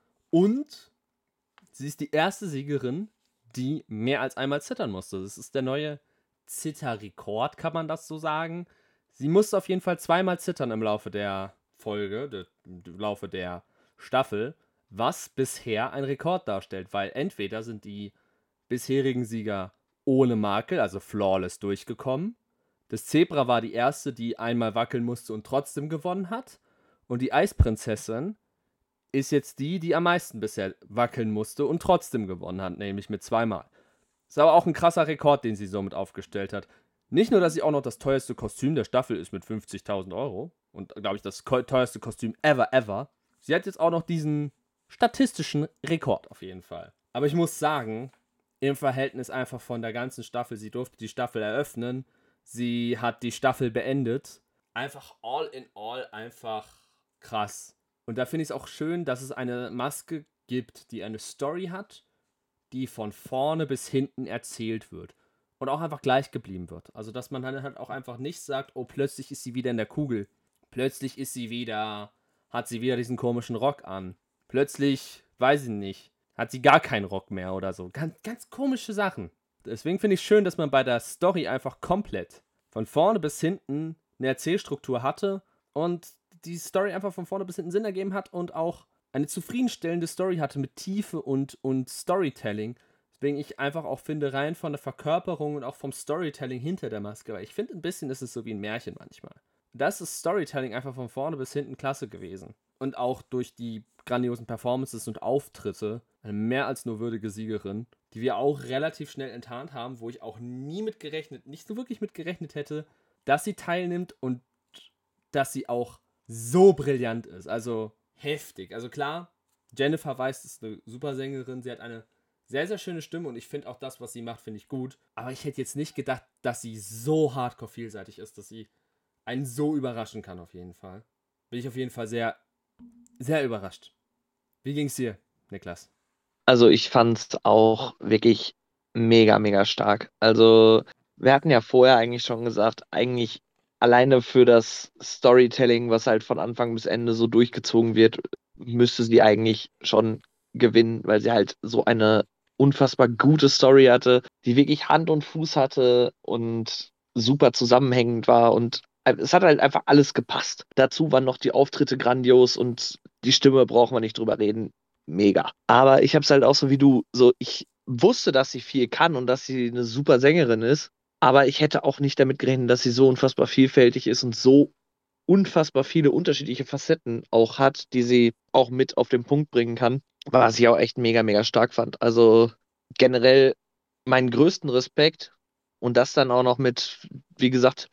Speaker 2: Und sie ist die erste Siegerin, die mehr als einmal zittern musste. Das ist der neue Zitterrekord, kann man das so sagen. Sie musste auf jeden Fall zweimal zittern im Laufe der Folge, de, im Laufe der Staffel, was bisher ein Rekord darstellt, weil entweder sind die bisherigen Sieger ohne Makel, also flawless, durchgekommen. Das Zebra war die erste, die einmal wackeln musste und trotzdem gewonnen hat. Und die Eisprinzessin ist jetzt die, die am meisten bisher wackeln musste und trotzdem gewonnen hat, nämlich mit zweimal. Ist aber auch ein krasser Rekord, den sie somit aufgestellt hat. Nicht nur, dass sie auch noch das teuerste Kostüm der Staffel ist mit fünfzigtausend Euro und, glaube ich, das teuerste Kostüm ever, ever. Sie hat jetzt auch noch diesen statistischen Rekord auf jeden Fall. Aber ich muss sagen, im Verhältnis einfach von der ganzen Staffel, sie durfte die Staffel eröffnen, sie hat die Staffel beendet. Einfach all in all einfach krass. Und da finde ich es auch schön, dass es eine Maske gibt, die eine Story hat, die von vorne bis hinten erzählt wird. Und auch einfach gleich geblieben wird. Also, dass man dann halt auch einfach nicht sagt, oh, plötzlich ist sie wieder in der Kugel. Plötzlich ist sie wieder, hat sie wieder diesen komischen Rock an. Plötzlich, weiß ich nicht, hat sie gar keinen Rock mehr oder so. Ganz, ganz komische Sachen. Deswegen finde ich schön, dass man bei der Story einfach komplett von vorne bis hinten eine Erzählstruktur hatte und die Story einfach von vorne bis hinten Sinn ergeben hat und auch eine zufriedenstellende Story hatte mit Tiefe und, und Storytelling. Deswegen ich einfach auch finde, rein von der Verkörperung und auch vom Storytelling hinter der Maske, weil ich finde, ein bisschen ist es so wie ein Märchen manchmal. Das ist Storytelling einfach von vorne bis hinten klasse gewesen. Und auch durch die grandiosen Performances und Auftritte eine mehr als nur würdige Siegerin, die wir auch relativ schnell enttarnt haben, wo ich auch nie mit gerechnet, nicht so wirklich mit gerechnet hätte, dass sie teilnimmt und dass sie auch so brillant ist. Also heftig. Also klar, Jennifer Weiss ist eine super Sängerin, sie hat eine sehr, sehr schöne Stimme und ich finde auch das, was sie macht, finde ich gut. Aber ich hätte jetzt nicht gedacht, dass sie so hardcore vielseitig ist, dass sie einen so überraschen kann auf jeden Fall. Bin ich auf jeden Fall sehr, sehr überrascht. Wie ging's dir, Niklas?
Speaker 3: Also ich fand's auch wirklich mega, mega stark. Also wir hatten ja vorher eigentlich schon gesagt, eigentlich alleine für das Storytelling, was halt von Anfang bis Ende so durchgezogen wird, müsste sie eigentlich schon gewinnen, weil sie halt so eine unfassbar gute Story hatte, die wirklich Hand und Fuß hatte und super zusammenhängend war und es hat halt einfach alles gepasst. Dazu waren noch die Auftritte grandios und die Stimme brauchen wir nicht drüber reden. Mega. Aber ich habe es halt auch so wie du, so ich wusste, dass sie viel kann und dass sie eine super Sängerin ist, aber ich hätte auch nicht damit gerechnet, dass sie so unfassbar vielfältig ist und so unfassbar viele unterschiedliche Facetten auch hat, die sie auch mit auf den Punkt bringen kann, was ich auch echt mega, mega stark fand. Also generell meinen größten Respekt und das dann auch noch mit, wie gesagt,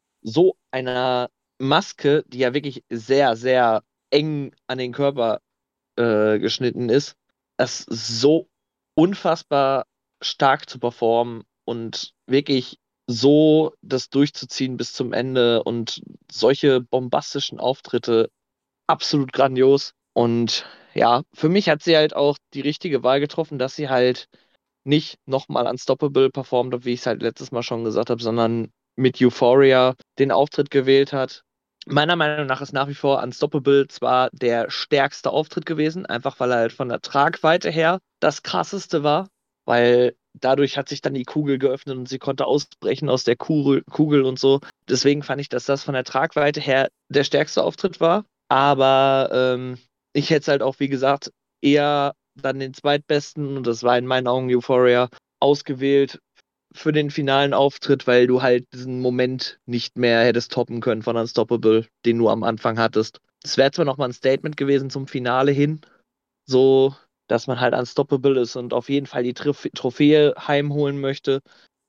Speaker 3: so einer Maske, die ja wirklich sehr, sehr eng an den Körper äh, geschnitten ist, das so unfassbar stark zu performen und wirklich so das durchzuziehen bis zum Ende und solche bombastischen Auftritte absolut grandios. Und ja, für mich hat sie halt auch die richtige Wahl getroffen, dass sie halt nicht nochmal Unstoppable performt hat, wie ich es halt letztes Mal schon gesagt habe, sondern mit Euphoria den Auftritt gewählt hat. Meiner Meinung nach ist nach wie vor Unstoppable zwar der stärkste Auftritt gewesen, einfach weil er halt von der Tragweite her das krasseste war. weil dadurch hat sich dann die Kugel geöffnet und sie konnte ausbrechen aus der Kugel, Kugel und so. Deswegen fand ich, dass das von der Tragweite her der stärkste Auftritt war. Aber ähm, ich hätte es halt auch, wie gesagt, eher dann den zweitbesten, und das war in meinen Augen Euphoria, ausgewählt für den finalen Auftritt, weil du halt diesen Moment nicht mehr hättest toppen können von Unstoppable, den du am Anfang hattest. Es wäre zwar nochmal ein Statement gewesen zum Finale hin, so, dass man halt unstoppable ist und auf jeden Fall die Trophä Trophäe heimholen möchte.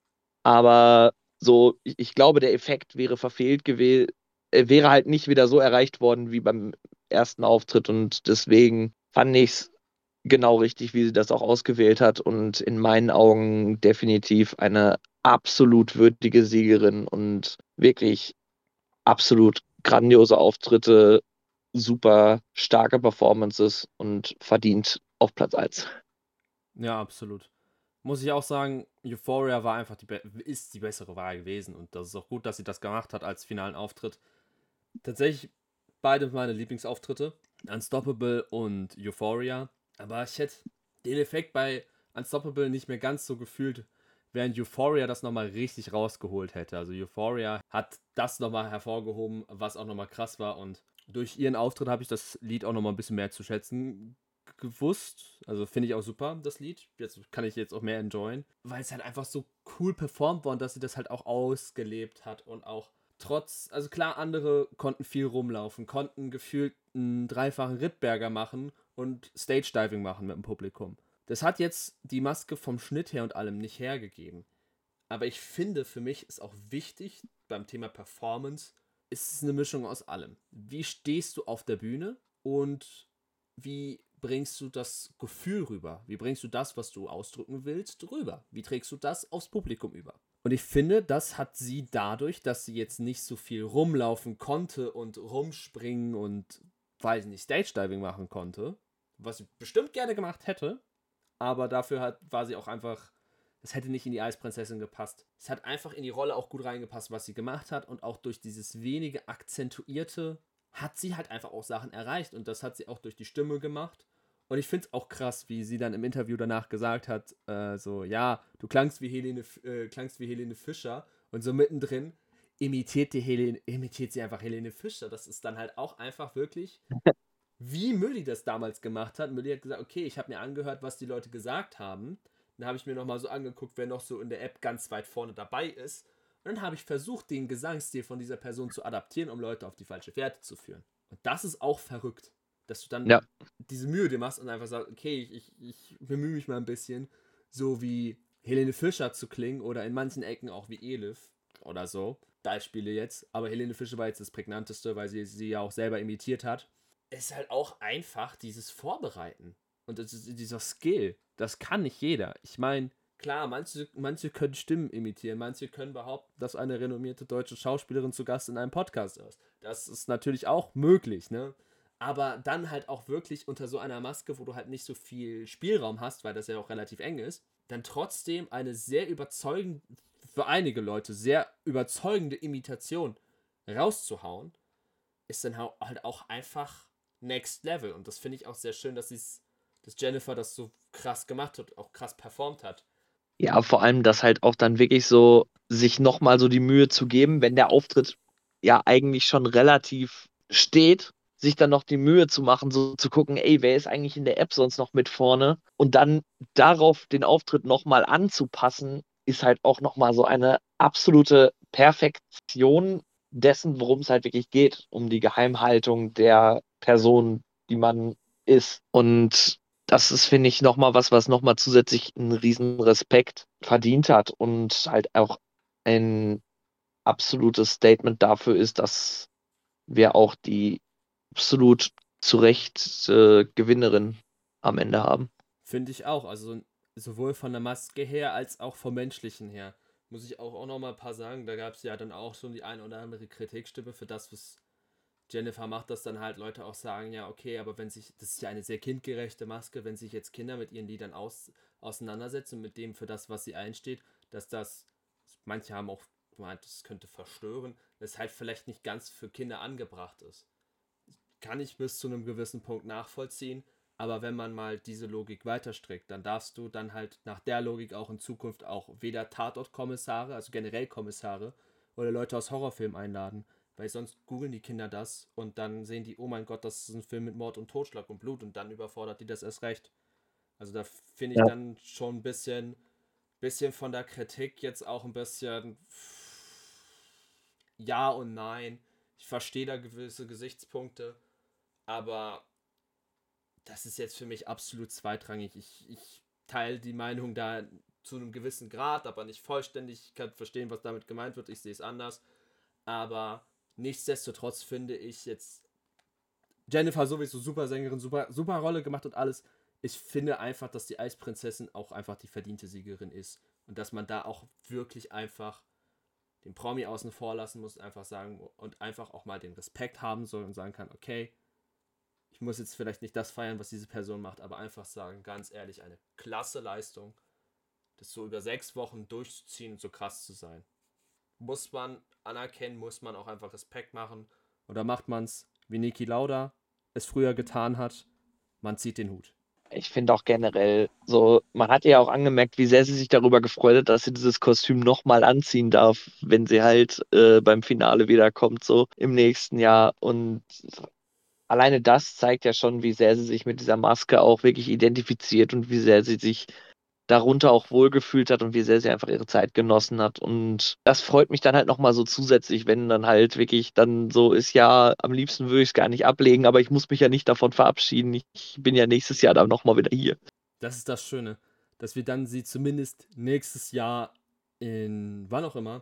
Speaker 3: Aber so, ich, ich glaube, der Effekt wäre verfehlt gewesen, äh, wäre halt nicht wieder so erreicht worden wie beim ersten Auftritt, und deswegen fand ich es genau richtig, wie sie das auch ausgewählt hat, und in meinen Augen definitiv eine absolut würdige Siegerin und wirklich absolut grandiose Auftritte, super starke Performances und verdient auf Platz eins.
Speaker 2: Ja, absolut. Muss ich auch sagen, Euphoria war einfach die be- ist die bessere Wahl gewesen und das ist auch gut, dass sie das gemacht hat als finalen Auftritt. Tatsächlich beide meine Lieblingsauftritte, Unstoppable und Euphoria, aber ich hätte den Effekt bei Unstoppable nicht mehr ganz so gefühlt, während Euphoria das nochmal richtig rausgeholt hätte. Also Euphoria hat das nochmal hervorgehoben, was auch nochmal krass war, und durch ihren Auftritt habe ich das Lied auch nochmal ein bisschen mehr zu schätzen gewusst. Also finde ich auch super, das Lied. Jetzt kann ich jetzt auch mehr enjoyen, weil es halt einfach so cool performt war und dass sie das halt auch ausgelebt hat und auch trotz, also klar, andere konnten viel rumlaufen, konnten gefühlt einen dreifachen Rittberger machen und Stage-Diving machen mit dem Publikum. Das hat jetzt die Maske vom Schnitt her und allem nicht hergegeben. Aber ich finde, für mich ist auch wichtig, beim Thema Performance, ist es eine Mischung aus allem. Wie stehst du auf der Bühne und wie bringst du das Gefühl rüber? Wie bringst du das, was du ausdrücken willst, rüber? Wie trägst du das aufs Publikum über? Und ich finde, das hat sie dadurch, dass sie jetzt nicht so viel rumlaufen konnte und rumspringen und, weiß nicht, Stage-Diving machen konnte, was sie bestimmt gerne gemacht hätte, aber dafür hat, war sie auch einfach, das hätte nicht in die Eisprinzessin gepasst. Es hat einfach in die Rolle auch gut reingepasst, was sie gemacht hat, und auch durch dieses wenige akzentuierte hat sie halt einfach auch Sachen erreicht, und das hat sie auch durch die Stimme gemacht. Und ich finde es auch krass, wie sie dann im Interview danach gesagt hat, äh, so, ja, du klangst wie Helene, äh, klangst wie Helene Fischer, und so mittendrin imitiert, die Helene, imitiert sie einfach Helene Fischer. Das ist dann halt auch einfach wirklich, wie Mülli das damals gemacht hat. Mülli hat gesagt, okay, ich habe mir angehört, was die Leute gesagt haben. Dann habe ich mir nochmal so angeguckt, wer noch so in der App ganz weit vorne dabei ist. Und dann habe ich versucht, den Gesangsstil von dieser Person zu adaptieren, um Leute auf die falsche Fährte zu führen. Und das ist auch verrückt, dass du dann
Speaker 3: Ja.
Speaker 2: diese Mühe dir machst und einfach sagst, okay, ich, ich, ich bemühe mich mal ein bisschen, so wie Helene Fischer zu klingen oder in manchen Ecken auch wie Elif oder so. Beispiele jetzt. Aber Helene Fischer war jetzt das prägnanteste, weil sie sie ja auch selber imitiert hat. Es ist halt auch einfach dieses Vorbereiten. Und das ist dieser Skill. Das kann nicht jeder. Ich meine, klar, manche, manche können Stimmen imitieren, manche können behaupten, dass eine renommierte deutsche Schauspielerin zu Gast in einem Podcast ist. Das ist natürlich auch möglich, ne? Aber dann halt auch wirklich unter so einer Maske, wo du halt nicht so viel Spielraum hast, weil das ja auch relativ eng ist, dann trotzdem eine sehr überzeugende, für einige Leute sehr überzeugende Imitation rauszuhauen, ist dann halt auch einfach Next Level. Und das finde ich auch sehr schön, dass, dass Jennifer das so krass gemacht hat, auch krass performt hat.
Speaker 3: Ja, vor allem das halt auch dann wirklich so, sich nochmal so die Mühe zu geben, wenn der Auftritt ja eigentlich schon relativ steht, sich dann noch die Mühe zu machen, so zu gucken, ey, wer ist eigentlich in der App sonst noch mit vorne? Und dann darauf den Auftritt nochmal anzupassen, ist halt auch nochmal so eine absolute Perfektion dessen, worum es halt wirklich geht, um die Geheimhaltung der Person, die man ist. Und das ist, finde ich, nochmal was, was nochmal zusätzlich einen riesen Respekt verdient hat und halt auch ein absolutes Statement dafür ist, dass wir auch die absolut zu Recht äh, Gewinnerin am Ende haben.
Speaker 2: Finde ich auch. Also sowohl von der Maske her als auch vom Menschlichen her. Muss ich auch, auch noch mal ein paar sagen. Da gab es ja dann auch schon die eine oder andere Kritikstimme für das, was Jennifer macht, dass dann halt Leute auch sagen, ja, okay, aber wenn sich, das ist ja eine sehr kindgerechte Maske, wenn sich jetzt Kinder mit ihren Liedern aus, auseinandersetzen, mit dem für das, was sie einsteht, dass das, manche haben auch gemeint, das könnte verstören, das halt vielleicht nicht ganz für Kinder angebracht ist. Kann ich bis zu einem gewissen Punkt nachvollziehen, Aber wenn man mal diese Logik weiterstreckt, dann darfst du dann halt nach der Logik auch in Zukunft auch weder Tatort-Kommissare, also generell Kommissare, oder Leute aus Horrorfilmen einladen. Weil sonst googeln die Kinder das und dann sehen die, oh mein Gott, das ist ein Film mit Mord und Totschlag und Blut und dann überfordert die das erst recht. Also da finde ich
Speaker 3: Ja.
Speaker 2: dann schon ein bisschen, bisschen von der Kritik jetzt auch ein bisschen ja und nein. Ich verstehe da gewisse Gesichtspunkte, aber das ist jetzt für mich absolut zweitrangig. Ich, ich teile die Meinung da zu einem gewissen Grad, aber nicht vollständig. Ich kann verstehen, was damit gemeint wird. Ich sehe es anders. Aber nichtsdestotrotz finde ich jetzt Jennifer sowieso super Sängerin, super, super Rolle gemacht und alles. Ich finde einfach, dass die Eisprinzessin auch einfach die verdiente Siegerin ist. Und dass man da auch wirklich einfach den Promi außen vor lassen muss, einfach sagen und einfach auch mal den Respekt haben soll und sagen kann, okay, ich muss jetzt vielleicht nicht das feiern, was diese Person macht, aber einfach sagen, ganz ehrlich, eine klasse Leistung, das so über sechs Wochen durchzuziehen und so krass zu sein. Muss man anerkennen, muss man auch einfach Respekt machen. Oder macht man es, wie Niki Lauda es früher getan hat, man zieht den Hut.
Speaker 3: Ich finde auch generell so, man hat ja auch angemerkt, wie sehr sie sich darüber gefreut hat, dass sie dieses Kostüm nochmal anziehen darf, wenn sie halt äh, beim Finale wiederkommt, so im nächsten Jahr. Und alleine das zeigt ja schon, wie sehr sie sich mit dieser Maske auch wirklich identifiziert und wie sehr sie sich darunter auch wohlgefühlt hat und wie sehr sie einfach ihre Zeit genossen hat. Und das freut mich dann halt nochmal so zusätzlich, wenn dann halt wirklich dann so ist, ja, am liebsten würde ich es gar nicht ablegen, aber ich muss mich ja nicht davon verabschieden. Ich bin ja nächstes Jahr dann nochmal wieder hier.
Speaker 2: Das ist das Schöne, dass wir dann sie zumindest nächstes Jahr in, wann auch immer,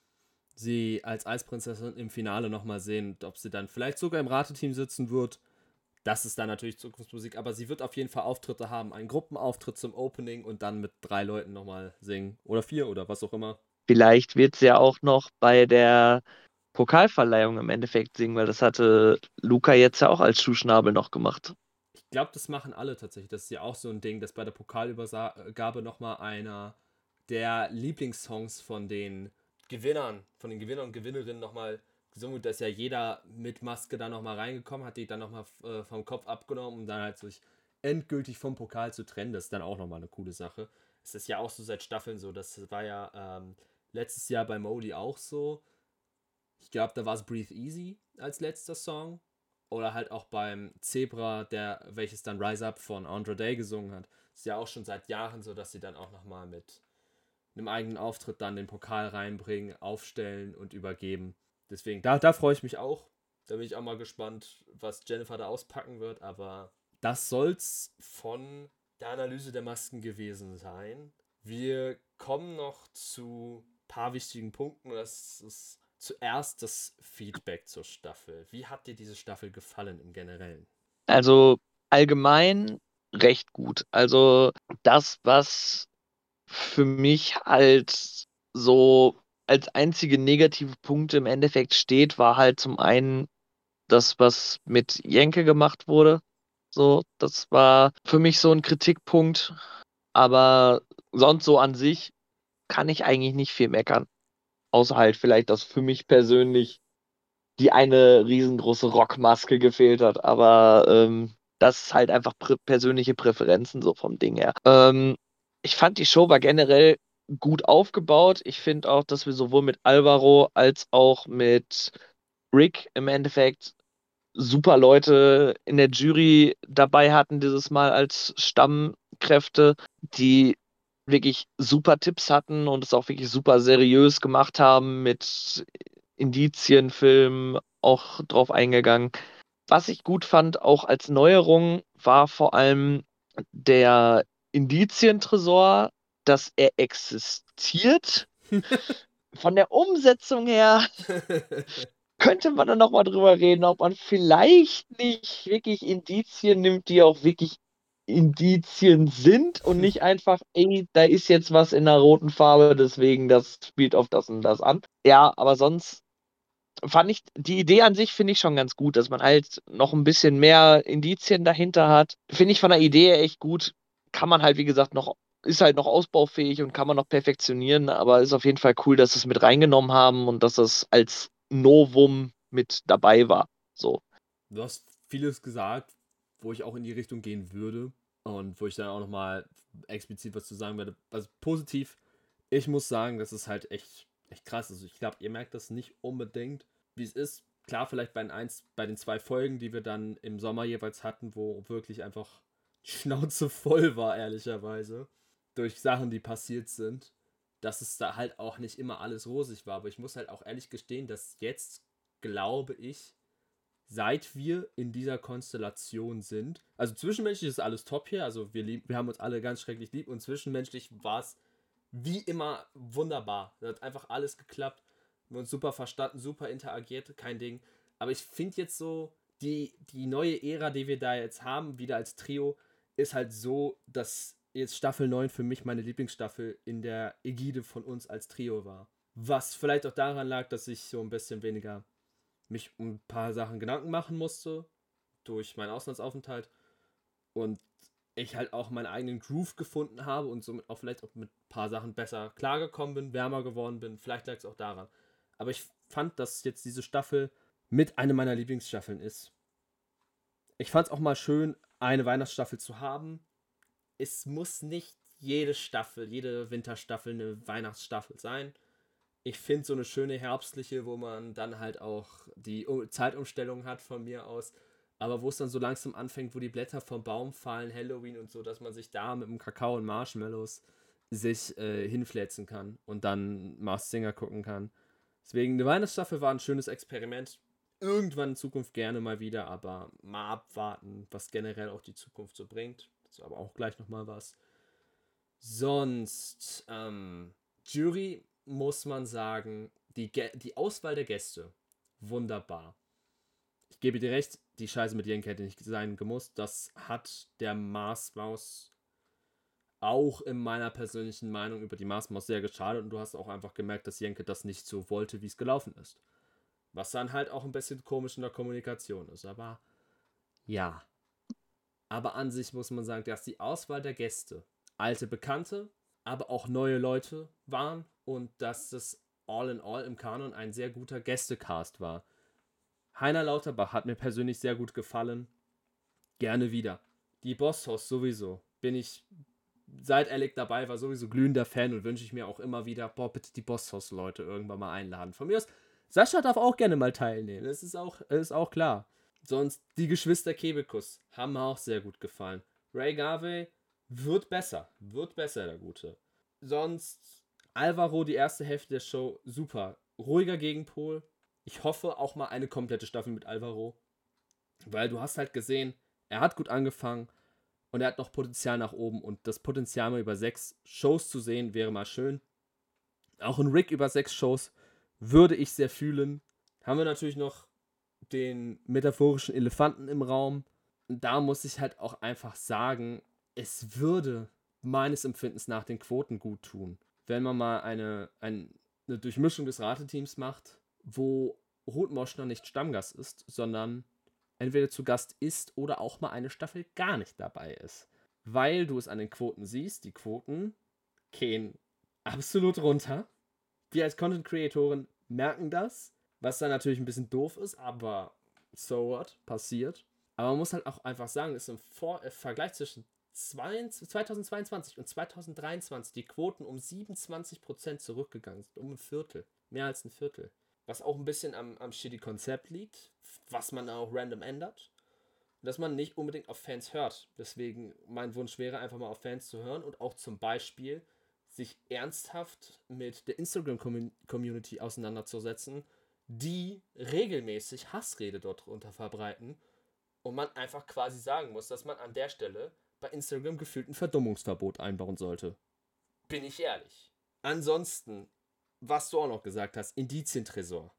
Speaker 2: sie als Eisprinzessin im Finale nochmal sehen, ob sie dann vielleicht sogar im Rateteam sitzen wird. Das ist dann natürlich Zukunftsmusik, aber sie wird auf jeden Fall Auftritte haben. Einen Gruppenauftritt zum Opening und dann mit drei Leuten nochmal singen. Oder vier oder was auch immer.
Speaker 3: Vielleicht wird sie ja auch noch bei der Pokalverleihung im Endeffekt singen, weil das hatte Luca jetzt ja auch als Schuhschnabel noch gemacht.
Speaker 2: Ich glaube, das machen alle tatsächlich. Das ist ja auch so ein Ding, dass bei der Pokalübergabe nochmal einer der Lieblingssongs von den Gewinnern, von den Gewinnern und Gewinnerinnen nochmal gesungen wird. Da ist ja jeder mit Maske da nochmal reingekommen, hat die dann nochmal äh, vom Kopf abgenommen, um dann halt sich endgültig vom Pokal zu trennen. Das ist dann auch nochmal eine coole Sache. Es ist ja auch so seit Staffeln so. Das war ja ähm, letztes Jahr bei Modi auch so. Ich glaube, da war es Breathe Easy als letzter Song. Oder halt auch beim Zebra, der, welches dann Rise Up von Andra Day gesungen hat. Ist ja auch schon seit Jahren so, dass sie dann auch nochmal mit einem eigenen Auftritt dann den Pokal reinbringen, aufstellen und übergeben. Deswegen, da, da freue ich mich auch. Da bin ich auch mal gespannt, was Jennifer da auspacken wird. Aber das soll's von der Analyse der Masken gewesen sein. Wir kommen noch zu ein paar wichtigen Punkten. Das ist zuerst das Feedback zur Staffel. Wie hat dir diese Staffel gefallen im Generellen?
Speaker 3: Also allgemein recht gut. Also das, was für mich halt so als einzige negative Punkte im Endeffekt steht, war halt zum einen das, was mit Jenke gemacht wurde. So, das war für mich so ein Kritikpunkt. Aber sonst so an sich kann ich eigentlich nicht viel meckern. Außer halt vielleicht, dass für mich persönlich die eine riesengroße Rockmaske gefehlt hat. Aber ähm, das ist halt einfach prä persönliche Präferenzen so vom Ding her. Ähm, ich fand, die Show war generell gut aufgebaut. Ich finde auch, dass wir sowohl mit Alvaro als auch mit Rick im Endeffekt super Leute in der Jury dabei hatten dieses Mal als Stammkräfte, die wirklich super Tipps hatten und es auch wirklich super seriös gemacht haben, mit Indizienfilmen auch drauf eingegangen. Was ich gut fand, auch als Neuerung, war vor allem der Indizientresor, dass er existiert. Von der Umsetzung her könnte man dann nochmal drüber reden, ob man vielleicht nicht wirklich Indizien nimmt, die auch wirklich Indizien sind und nicht einfach, ey, da ist jetzt was in einer roten Farbe, deswegen das spielt auf das und das an. Ja, aber sonst fand ich, die Idee an sich finde ich schon ganz gut, dass man halt noch ein bisschen mehr Indizien dahinter hat. Finde ich von der Idee her echt gut. Kann man halt, wie gesagt, noch, ist halt noch ausbaufähig und kann man noch perfektionieren, aber ist auf jeden Fall cool, dass sie es mit reingenommen haben und dass es als Novum mit dabei war. So.
Speaker 2: Du hast vieles gesagt, wo ich auch in die Richtung gehen würde und wo ich dann auch nochmal explizit was zu sagen werde. Also positiv, ich muss sagen, das ist halt echt, echt krass. Also ich glaube, ihr merkt das nicht unbedingt, wie es ist. Klar, vielleicht bei den, eins, bei den zwei Folgen, die wir dann im Sommer jeweils hatten, wo wirklich einfach die Schnauze voll war, ehrlicherweise, durch Sachen, die passiert sind, dass es da halt auch nicht immer alles rosig war. Aber ich muss halt auch ehrlich gestehen, dass jetzt, glaube ich, seit wir in dieser Konstellation sind, also zwischenmenschlich ist alles top hier, also wir, lieb, wir haben uns alle ganz schrecklich lieb und zwischenmenschlich war es wie immer wunderbar. Da hat einfach alles geklappt. Wir haben uns super verstanden, super interagiert, kein Ding. Aber ich finde jetzt so, die, die neue Ära, die wir da jetzt haben, wieder als Trio, ist halt so, dass jetzt Staffel neun für mich meine Lieblingsstaffel in der Ägide von uns als Trio war. Was vielleicht auch daran lag, dass ich so ein bisschen weniger mich um ein paar Sachen Gedanken machen musste durch meinen Auslandsaufenthalt und ich halt auch meinen eigenen Groove gefunden habe und somit auch vielleicht auch mit ein paar Sachen besser klargekommen bin, wärmer geworden bin. Vielleicht lag es auch daran. Aber ich fand, dass jetzt diese Staffel mit einer meiner Lieblingsstaffeln ist. Ich fand es auch mal schön, eine Weihnachtsstaffel zu haben. Es muss nicht jede Staffel, jede Winterstaffel eine Weihnachtsstaffel sein. Ich finde so eine schöne herbstliche, wo man dann halt auch die Zeitumstellung hat von mir aus, aber wo es dann so langsam anfängt, wo die Blätter vom Baum fallen, Halloween und so, dass man sich da mit dem Kakao und Marshmallows sich äh, hinfläzen kann und dann Masked Singer gucken kann. Deswegen, eine Weihnachtsstaffel war ein schönes Experiment. Irgendwann in Zukunft gerne mal wieder, aber mal abwarten, was generell auch die Zukunft so bringt. Das ist aber auch gleich nochmal was. Sonst, ähm, Jury muss man sagen, die, Ge- die Auswahl der Gäste, wunderbar. Ich gebe dir recht, die Scheiße mit Jenke hätte nicht sein gemusst. Das hat der Mars Maus auch in meiner persönlichen Meinung über die Mars Maus sehr geschadet und du hast auch einfach gemerkt, dass Jenke das nicht so wollte, wie es gelaufen ist. Was dann halt auch ein bisschen komisch in der Kommunikation ist, aber ja. Aber an sich muss man sagen, dass die Auswahl der Gäste alte Bekannte, aber auch neue Leute waren und dass das all in all im Kanon ein sehr guter Gästecast war. Heiner Lauterbach hat mir persönlich sehr gut gefallen. Gerne wieder. Die Boss-Hosts sowieso. Bin ich, seit Alec dabei war, sowieso glühender Fan und wünsche ich mir auch immer wieder, boah, bitte die Boss-Hosts-Leute irgendwann mal einladen. Von mir aus, Sascha darf auch gerne mal teilnehmen. Das ist auch, ist auch klar. Sonst, die Geschwister Kebekus haben mir auch sehr gut gefallen. Ray Garvey wird besser. Wird besser, der Gute. Sonst, Alvaro, die erste Hälfte der Show, super. Ruhiger Gegenpol. Ich hoffe auch mal eine komplette Staffel mit Alvaro. Weil du hast halt gesehen, er hat gut angefangen und er hat noch Potenzial nach oben. Und das Potenzial mal über sechs Shows zu sehen, wäre mal schön. Auch ein Rick über sechs Shows würde ich sehr fühlen. Haben wir natürlich noch den metaphorischen Elefanten im Raum. Und da muss ich halt auch einfach sagen, es würde meines Empfindens nach den Quoten gut tun, wenn man mal eine, eine, eine Durchmischung des Rateteams macht, wo Ruth Moschner nicht Stammgast ist, sondern entweder zu Gast ist oder auch mal eine Staffel gar nicht dabei ist. Weil du es an den Quoten siehst, die Quoten gehen absolut runter. Wir als Content-Creatoren merken das, was dann natürlich ein bisschen doof ist, aber so what, passiert. Aber man muss halt auch einfach sagen, dass im Vor- äh, Vergleich zwischen zweitausendzweiundzwanzig und zweitausenddreiundzwanzig die Quoten um siebenundzwanzig Prozent zurückgegangen sind, um ein Viertel, mehr als ein Viertel. Was auch ein bisschen am, am shitty Konzept liegt, was man auch random ändert. Dass man nicht unbedingt auf Fans hört. Deswegen mein Wunsch wäre einfach mal auf Fans zu hören und auch zum Beispiel sich ernsthaft mit der Instagram-Community auseinanderzusetzen, die regelmäßig Hassrede dort drunter verbreiten und man einfach quasi sagen muss, dass man an der Stelle bei Instagram gefühlt ein Verdummungsverbot einbauen sollte. Bin ich ehrlich. Ansonsten, was du auch noch gesagt hast, Indizientresor.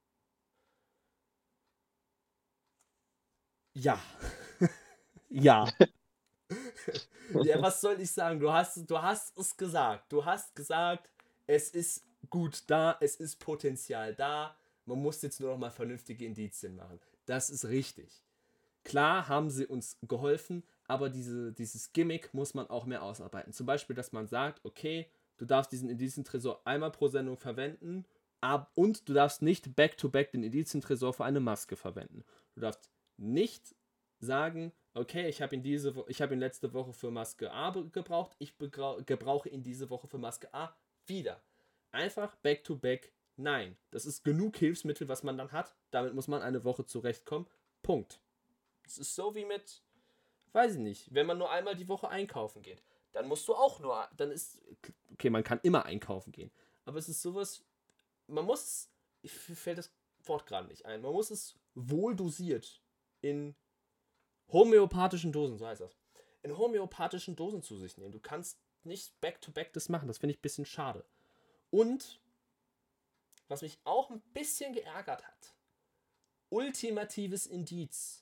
Speaker 2: Ja. ja. Ja, was soll ich sagen? Du hast, du hast es gesagt. Du hast gesagt, es ist gut da, es ist Potenzial da. Man muss jetzt nur noch mal vernünftige Indizien machen. Das ist richtig. Klar haben sie uns geholfen, aber diese, dieses Gimmick muss man auch mehr ausarbeiten. Zum Beispiel, dass man sagt, okay, du darfst diesen Indizientresor einmal pro Sendung verwenden ab, und du darfst nicht back-to-back den Indizientresor für eine Maske verwenden. Du darfst nicht sagen, okay, ich habe ihn diese Wo- ich habe ihn letzte Woche für Maske A be- gebraucht, ich begrau- gebrauche ihn diese Woche für Maske A wieder. Einfach back to back. Nein, das ist genug Hilfsmittel, was man dann hat. Damit muss man eine Woche zurechtkommen. Punkt. Es ist so wie mit, weiß ich nicht, wenn man nur einmal die Woche einkaufen geht, dann musst du auch nur, dann ist, okay, man kann immer einkaufen gehen, aber es ist sowas, man muss, ich fällt das Wort gerade nicht ein, man muss es wohl dosiert in homöopathischen Dosen, so heißt das, in homöopathischen Dosen zu sich nehmen. Du kannst nicht back-to-back das machen, das finde ich ein bisschen schade. Und, was mich auch ein bisschen geärgert hat, ultimatives Indiz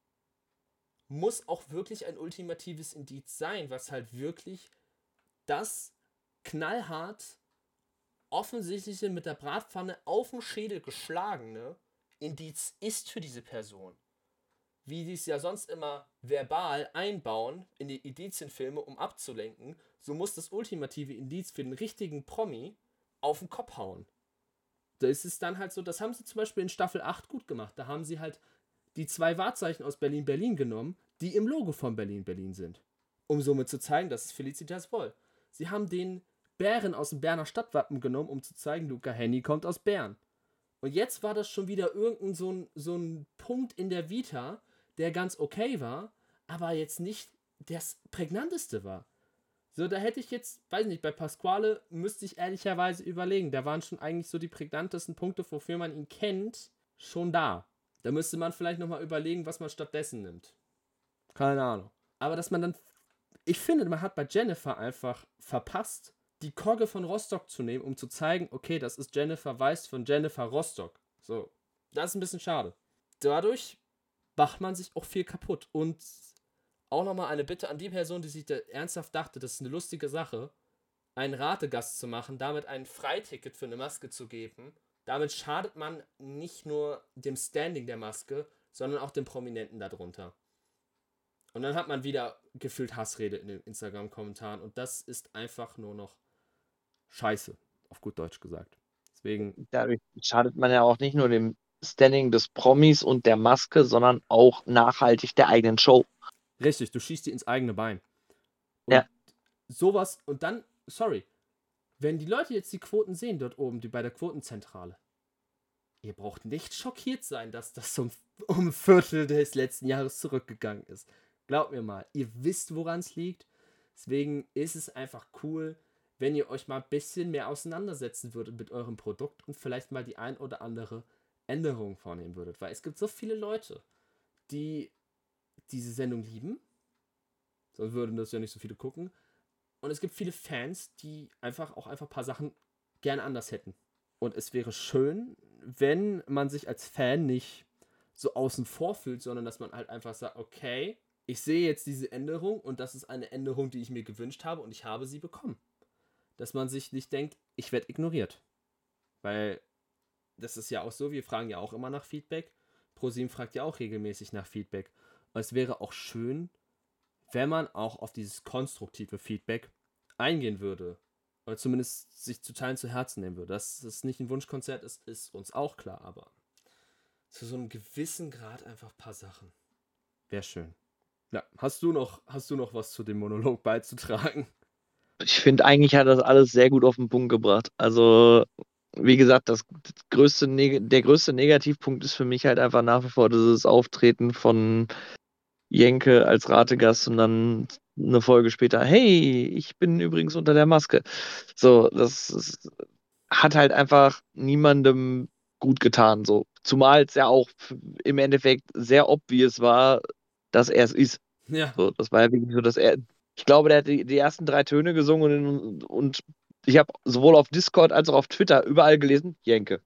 Speaker 2: muss auch wirklich ein ultimatives Indiz sein, was halt wirklich das knallhart offensichtliche mit der Bratpfanne auf den Schädel geschlagene Indiz ist für diese Person. Wie die es ja sonst immer verbal einbauen in die Indizienfilme, um abzulenken, so muss das ultimative Indiz für den richtigen Promi auf den Kopf hauen. Da ist es dann halt so, das haben sie zum Beispiel in Staffel acht gut gemacht. Da haben sie halt die zwei Wahrzeichen aus Berlin-Berlin genommen, die im Logo von Berlin-Berlin sind. Um somit zu zeigen, das ist Felicitas Woll. Sie haben den Bären aus dem Berner Stadtwappen genommen, um zu zeigen, Luca Henny kommt aus Bern. Und jetzt war das schon wieder irgendein so ein, so ein Punkt in der Vita, der ganz okay war, aber jetzt nicht das prägnanteste war. So, da hätte ich jetzt, weiß nicht, bei Pasquale müsste ich ehrlicherweise überlegen, da waren schon eigentlich so die prägnantesten Punkte, wofür man ihn kennt, schon da. Da müsste man vielleicht nochmal überlegen, was man stattdessen nimmt. Keine Ahnung. Aber dass man dann, ich finde, man hat bei Jennifer einfach verpasst, die Kogge von Rostock zu nehmen, um zu zeigen, okay, das ist Jennifer Weiss von Jennifer Rostock. So, das ist ein bisschen schade. Dadurch macht man sich auch viel kaputt. Und auch nochmal eine Bitte an die Person, die sich da ernsthaft dachte, das ist eine lustige Sache, einen Rategast zu machen, damit ein Freiticket für eine Maske zu geben. Damit schadet man nicht nur dem Standing der Maske, sondern auch den Prominenten darunter. Und dann hat man wieder gefühlt Hassrede in den Instagram-Kommentaren. Und das ist einfach nur noch scheiße, auf gut Deutsch gesagt. Deswegen,
Speaker 3: Dadurch schadet man ja auch nicht nur dem Standing des Promis und der Maske, sondern auch nachhaltig der eigenen Show.
Speaker 2: richtig, du schießt dir ins eigene Bein. Und
Speaker 3: Ja.
Speaker 2: sowas, und dann, sorry, wenn die Leute jetzt die Quoten sehen dort oben, die bei der Quotenzentrale, ihr braucht nicht schockiert sein, dass das um, um ein Viertel des letzten Jahres zurückgegangen ist. Glaubt mir mal, ihr wisst, woran es liegt. Deswegen ist es einfach cool, wenn ihr euch mal ein bisschen mehr auseinandersetzen würdet mit eurem Produkt und vielleicht mal die ein oder andere Änderung vornehmen würdet. Weil es gibt so viele Leute, die diese Sendung lieben, sonst würden das ja nicht so viele gucken. Und es gibt viele Fans, die einfach auch einfach ein paar Sachen gerne anders hätten. Und es wäre schön, wenn man sich als Fan nicht so außen vor fühlt, sondern dass man halt einfach sagt, okay, ich sehe jetzt diese Änderung und das ist eine Änderung, die ich mir gewünscht habe und ich habe sie bekommen. Dass man sich nicht denkt, ich werde ignoriert. Weil das ist ja auch so, wir fragen ja auch immer nach Feedback. ProSieben fragt ja auch regelmäßig nach Feedback. Und es wäre auch schön, wenn man auch auf dieses konstruktive Feedback eingehen würde. Oder zumindest sich zu Teilen zu Herzen nehmen würde. Dass es nicht ein Wunschkonzert ist, ist uns auch klar, aber zu so einem gewissen Grad einfach ein paar Sachen. Wäre schön. Ja, hast du noch, hast du noch was zu dem Monolog beizutragen?
Speaker 3: Ich finde, eigentlich hat das alles sehr gut auf den Punkt gebracht. Also, wie gesagt, das größte Neg- der größte Negativpunkt ist für mich halt einfach nach wie vor dieses Auftreten von Jenke als Rategast und dann eine Folge später, hey, ich bin übrigens unter der Maske. So, das ist, hat halt einfach niemandem gut getan. So. Zumal es ja auch f- im Endeffekt sehr obvious war, dass er es ist.
Speaker 2: Ja.
Speaker 3: So, das war ja wirklich so, dass er. Ich glaube, der hat die, die ersten drei Töne gesungen und, und ich habe sowohl auf Discord als auch auf Twitter überall gelesen, Jenke.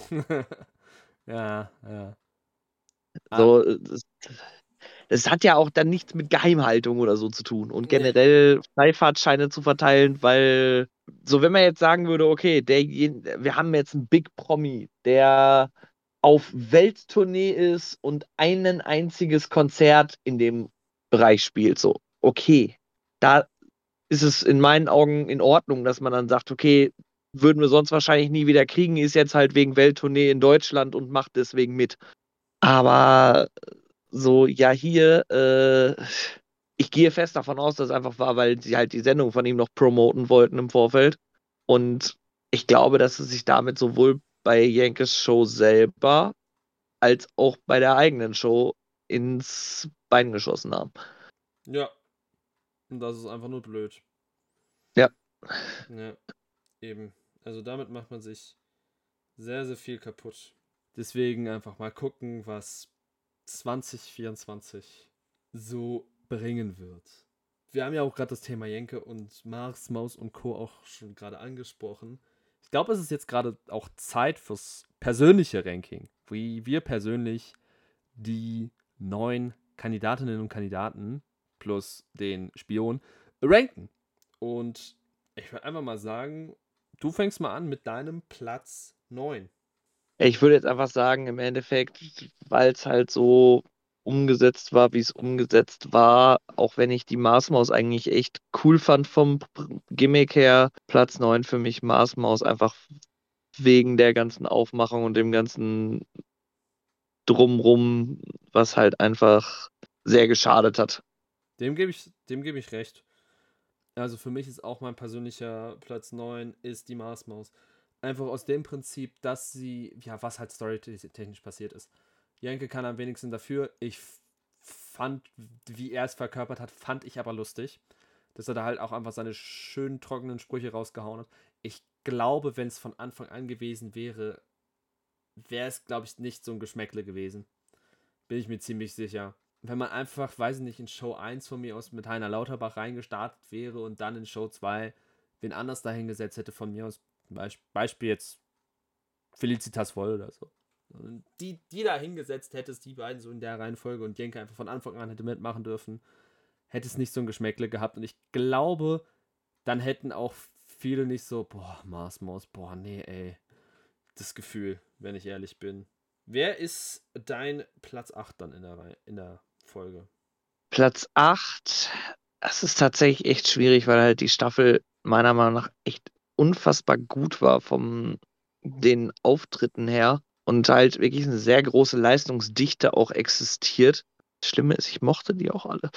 Speaker 2: ja, ja.
Speaker 3: So, das, das hat ja auch dann nichts mit Geheimhaltung oder so zu tun und
Speaker 2: Nee.
Speaker 3: generell Freifahrtscheine zu verteilen, weil so, wenn man jetzt sagen würde, okay, der, wir haben jetzt einen Big Promi, der auf Welttournee ist und ein einziges Konzert in dem Bereich spielt, so, okay, da ist es in meinen Augen in Ordnung, dass man dann sagt, okay, würden wir sonst wahrscheinlich nie wieder kriegen, ist jetzt halt wegen Welttournee in Deutschland und macht deswegen mit. Aber so, ja, hier, äh, ich gehe fest davon aus, dass es einfach war, weil sie halt die Sendung von ihm noch promoten wollten im Vorfeld. Und ich glaube, dass es sich damit sowohl bei Jenkes Show selber als auch bei der eigenen Show ins Bein geschossen haben.
Speaker 2: Ja. Und das ist einfach nur blöd.
Speaker 3: Ja.
Speaker 2: Ja, eben. Also damit macht man sich sehr, sehr viel kaputt. Deswegen einfach mal gucken, was zwanzig vierundzwanzig so bringen wird. Wir haben ja auch gerade das Thema Jenke und Mars, Maus und Co. auch schon gerade angesprochen. Ich glaube, es ist jetzt gerade auch Zeit fürs persönliche Ranking, wie wir persönlich die neun Kandidatinnen und Kandidaten plus den Spion ranken. Und ich würde einfach mal sagen, du fängst mal an mit deinem Platz neun.
Speaker 3: Ich würde jetzt einfach sagen, im Endeffekt, weil es halt so umgesetzt war, wie es umgesetzt war, auch wenn ich die Mars Maus eigentlich echt cool fand vom Gimmick her, Platz neun für mich Mars Maus einfach wegen der ganzen Aufmachung und dem ganzen Drumrum, was halt einfach sehr geschadet hat.
Speaker 2: Dem gebe ich, dem gebe ich recht. Also für mich ist auch mein persönlicher Platz neun ist die Mars Maus. Einfach aus dem Prinzip, dass sie, ja, was halt storytechnisch passiert ist. Jenke kann am wenigsten dafür. Ich fand, wie er es verkörpert hat, fand ich aber lustig. Dass er da halt auch einfach seine schönen, trockenen Sprüche rausgehauen hat. Ich glaube, wenn es von Anfang an gewesen wäre, wäre es, glaube ich, nicht so ein Geschmäckle gewesen. Bin ich mir ziemlich sicher. Wenn man einfach, weiß ich nicht, in Show eins von mir aus mit Heiner Lauterbach reingestartet wäre und dann in Show zwei wen anders dahingesetzt hätte von mir aus, Beispiel jetzt Felicitas Voll oder so. Und die, die da hingesetzt hättest, die beiden so in der Reihenfolge und Jenke einfach von Anfang an hätte mitmachen dürfen, hätte es nicht so ein Geschmäckle gehabt. Und ich glaube, dann hätten auch viele nicht so, boah, Mars Maus, boah, nee, ey. Das Gefühl, wenn ich ehrlich bin. Wer ist dein Platz acht dann in der, Reihe, in der Folge?
Speaker 3: Platz acht, das ist tatsächlich echt schwierig, weil halt die Staffel meiner Meinung nach echt unfassbar gut war von den Auftritten her und halt wirklich eine sehr große Leistungsdichte auch existiert. Das Schlimme ist, ich mochte die auch alle.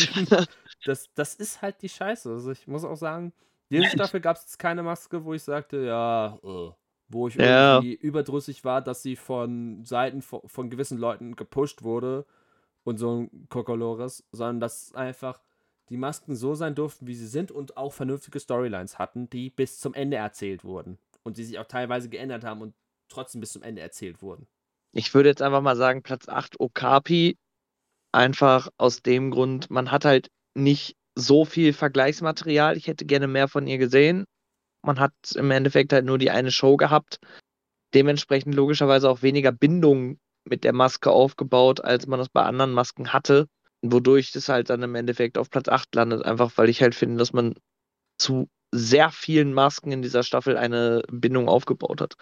Speaker 2: das, das ist halt die Scheiße. Also ich muss auch sagen, diese Staffel gab es jetzt keine Maske, wo ich sagte, ja, uh, wo ich
Speaker 3: Ja,
Speaker 2: irgendwie überdrüssig war, dass sie von Seiten von, von gewissen Leuten gepusht wurde und so ein Kokolores, sondern dass einfach die Masken so sein durften, wie sie sind und auch vernünftige Storylines hatten, die bis zum Ende erzählt wurden und die sich auch teilweise geändert haben und trotzdem bis zum Ende erzählt wurden.
Speaker 3: ich würde jetzt einfach mal sagen, Platz acht Okapi, einfach aus dem Grund, man hat halt nicht so viel Vergleichsmaterial. Ich hätte gerne mehr von ihr gesehen. Man hat im Endeffekt halt nur die eine Show gehabt. Dementsprechend logischerweise auch weniger Bindung mit der Maske aufgebaut, als man das bei anderen Masken hatte. Wodurch das halt dann im Endeffekt auf Platz acht landet. Einfach weil ich halt finde, dass man zu sehr vielen Masken in dieser Staffel eine Bindung aufgebaut hat.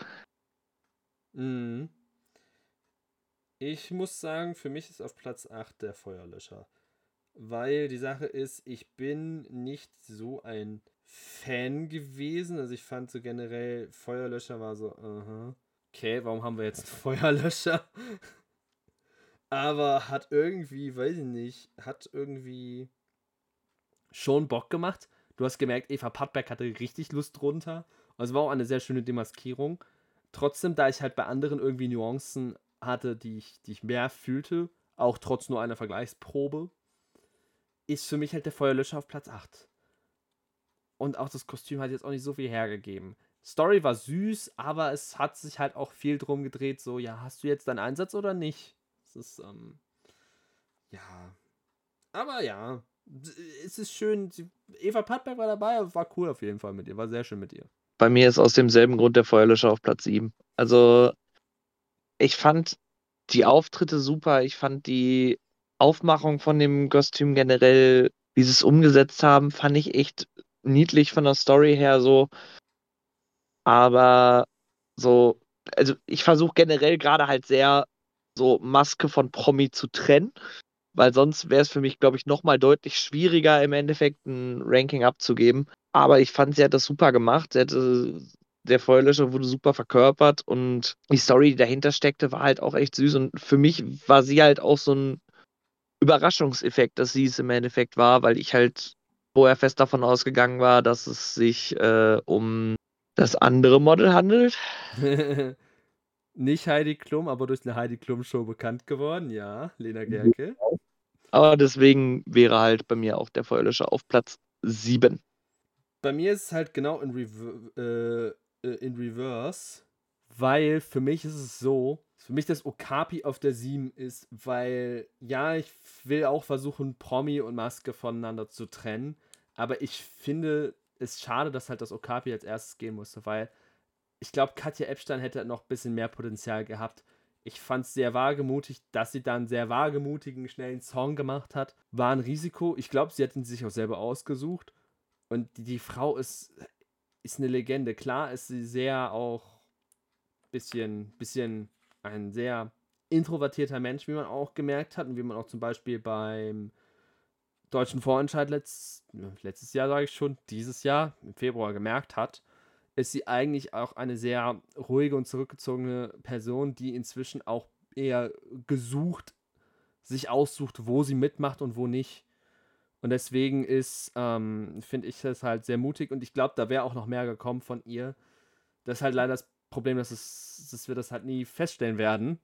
Speaker 2: Mhm. Ich muss sagen, für mich ist auf Platz acht der Feuerlöscher. Weil die Sache ist, ich bin nicht so ein Fan gewesen. Also ich fand so generell, Feuerlöscher war so, aha, okay, warum haben wir jetzt einen Feuerlöscher? Aber hat irgendwie, weiß ich nicht, hat irgendwie schon Bock gemacht. Du hast gemerkt, Eva Pattberg hatte richtig Lust drunter. Also war auch eine sehr schöne Demaskierung. Trotzdem, da ich halt bei anderen irgendwie Nuancen hatte, die ich, die ich mehr fühlte, auch trotz nur einer Vergleichsprobe, ist für mich halt der Feuerlöscher auf Platz acht. Und auch das Kostüm hat jetzt auch nicht so viel hergegeben. Story war süß, aber es hat sich halt auch viel drum gedreht, so, ja, hast du jetzt deinen Einsatz oder nicht? Das ist, ähm, ja. Aber ja, es ist schön. Eva Pattberg war dabei, war cool auf jeden Fall mit ihr, war sehr schön mit ihr.
Speaker 3: Bei mir ist aus demselben Grund der Feuerlöscher auf Platz sieben. Also, ich fand die Auftritte super. Ich fand die Aufmachung von dem Kostüm generell, wie sie es umgesetzt haben, fand ich echt niedlich von der Story her so. Aber so, also ich versuche generell gerade halt sehr so Maske von Promi zu trennen, weil sonst wäre es für mich, glaube ich, nochmal deutlich schwieriger im Endeffekt ein Ranking abzugeben. Aber ich fand, sie hat das super gemacht. Sie hatte, der Feuerlöscher wurde super verkörpert und die Story, die dahinter steckte, war halt auch echt süß. Und für mich war sie halt auch so ein Überraschungseffekt, dass sie es im Endeffekt war, weil ich halt vorher fest davon ausgegangen war, dass es sich äh, um das andere Model handelt.
Speaker 2: Nicht Heidi Klum, aber durch eine Heidi Klum-Show bekannt geworden, ja, Lena Gerke.
Speaker 3: Aber deswegen wäre halt bei mir auch der Feuerlöscher auf Platz sieben.
Speaker 2: Bei mir ist es halt genau in, Rever äh, äh, in Reverse, weil für mich ist es so, für mich das Okapi auf der sieben ist, weil, ja, ich will auch versuchen, Promi und Maske voneinander zu trennen, aber ich finde es schade, dass halt das Okapi als erstes gehen musste, weil ich glaube, Katja Epstein hätte noch ein bisschen mehr Potenzial gehabt. Ich fand es sehr wagemutig, dass sie dann sehr wagemutigen, schnellen Song gemacht hat. War ein Risiko. Ich glaube, sie hat ihn sich auch selber ausgesucht. Und die, die Frau ist, ist eine Legende. Klar ist sie sehr auch bisschen, bisschen ein sehr introvertierter Mensch, wie man auch gemerkt hat und wie man auch zum Beispiel beim deutschen Vorentscheid letzt, letztes Jahr, sage ich schon, dieses Jahr im Februar gemerkt hat, ist sie eigentlich auch eine sehr ruhige und zurückgezogene Person, die inzwischen auch eher gesucht, sich aussucht, wo sie mitmacht und wo nicht. Und deswegen ist, ähm, finde ich das halt sehr mutig und ich glaube, da wäre auch noch mehr gekommen von ihr. Das ist halt leider das Problem, dass, es, dass wir das halt nie feststellen werden.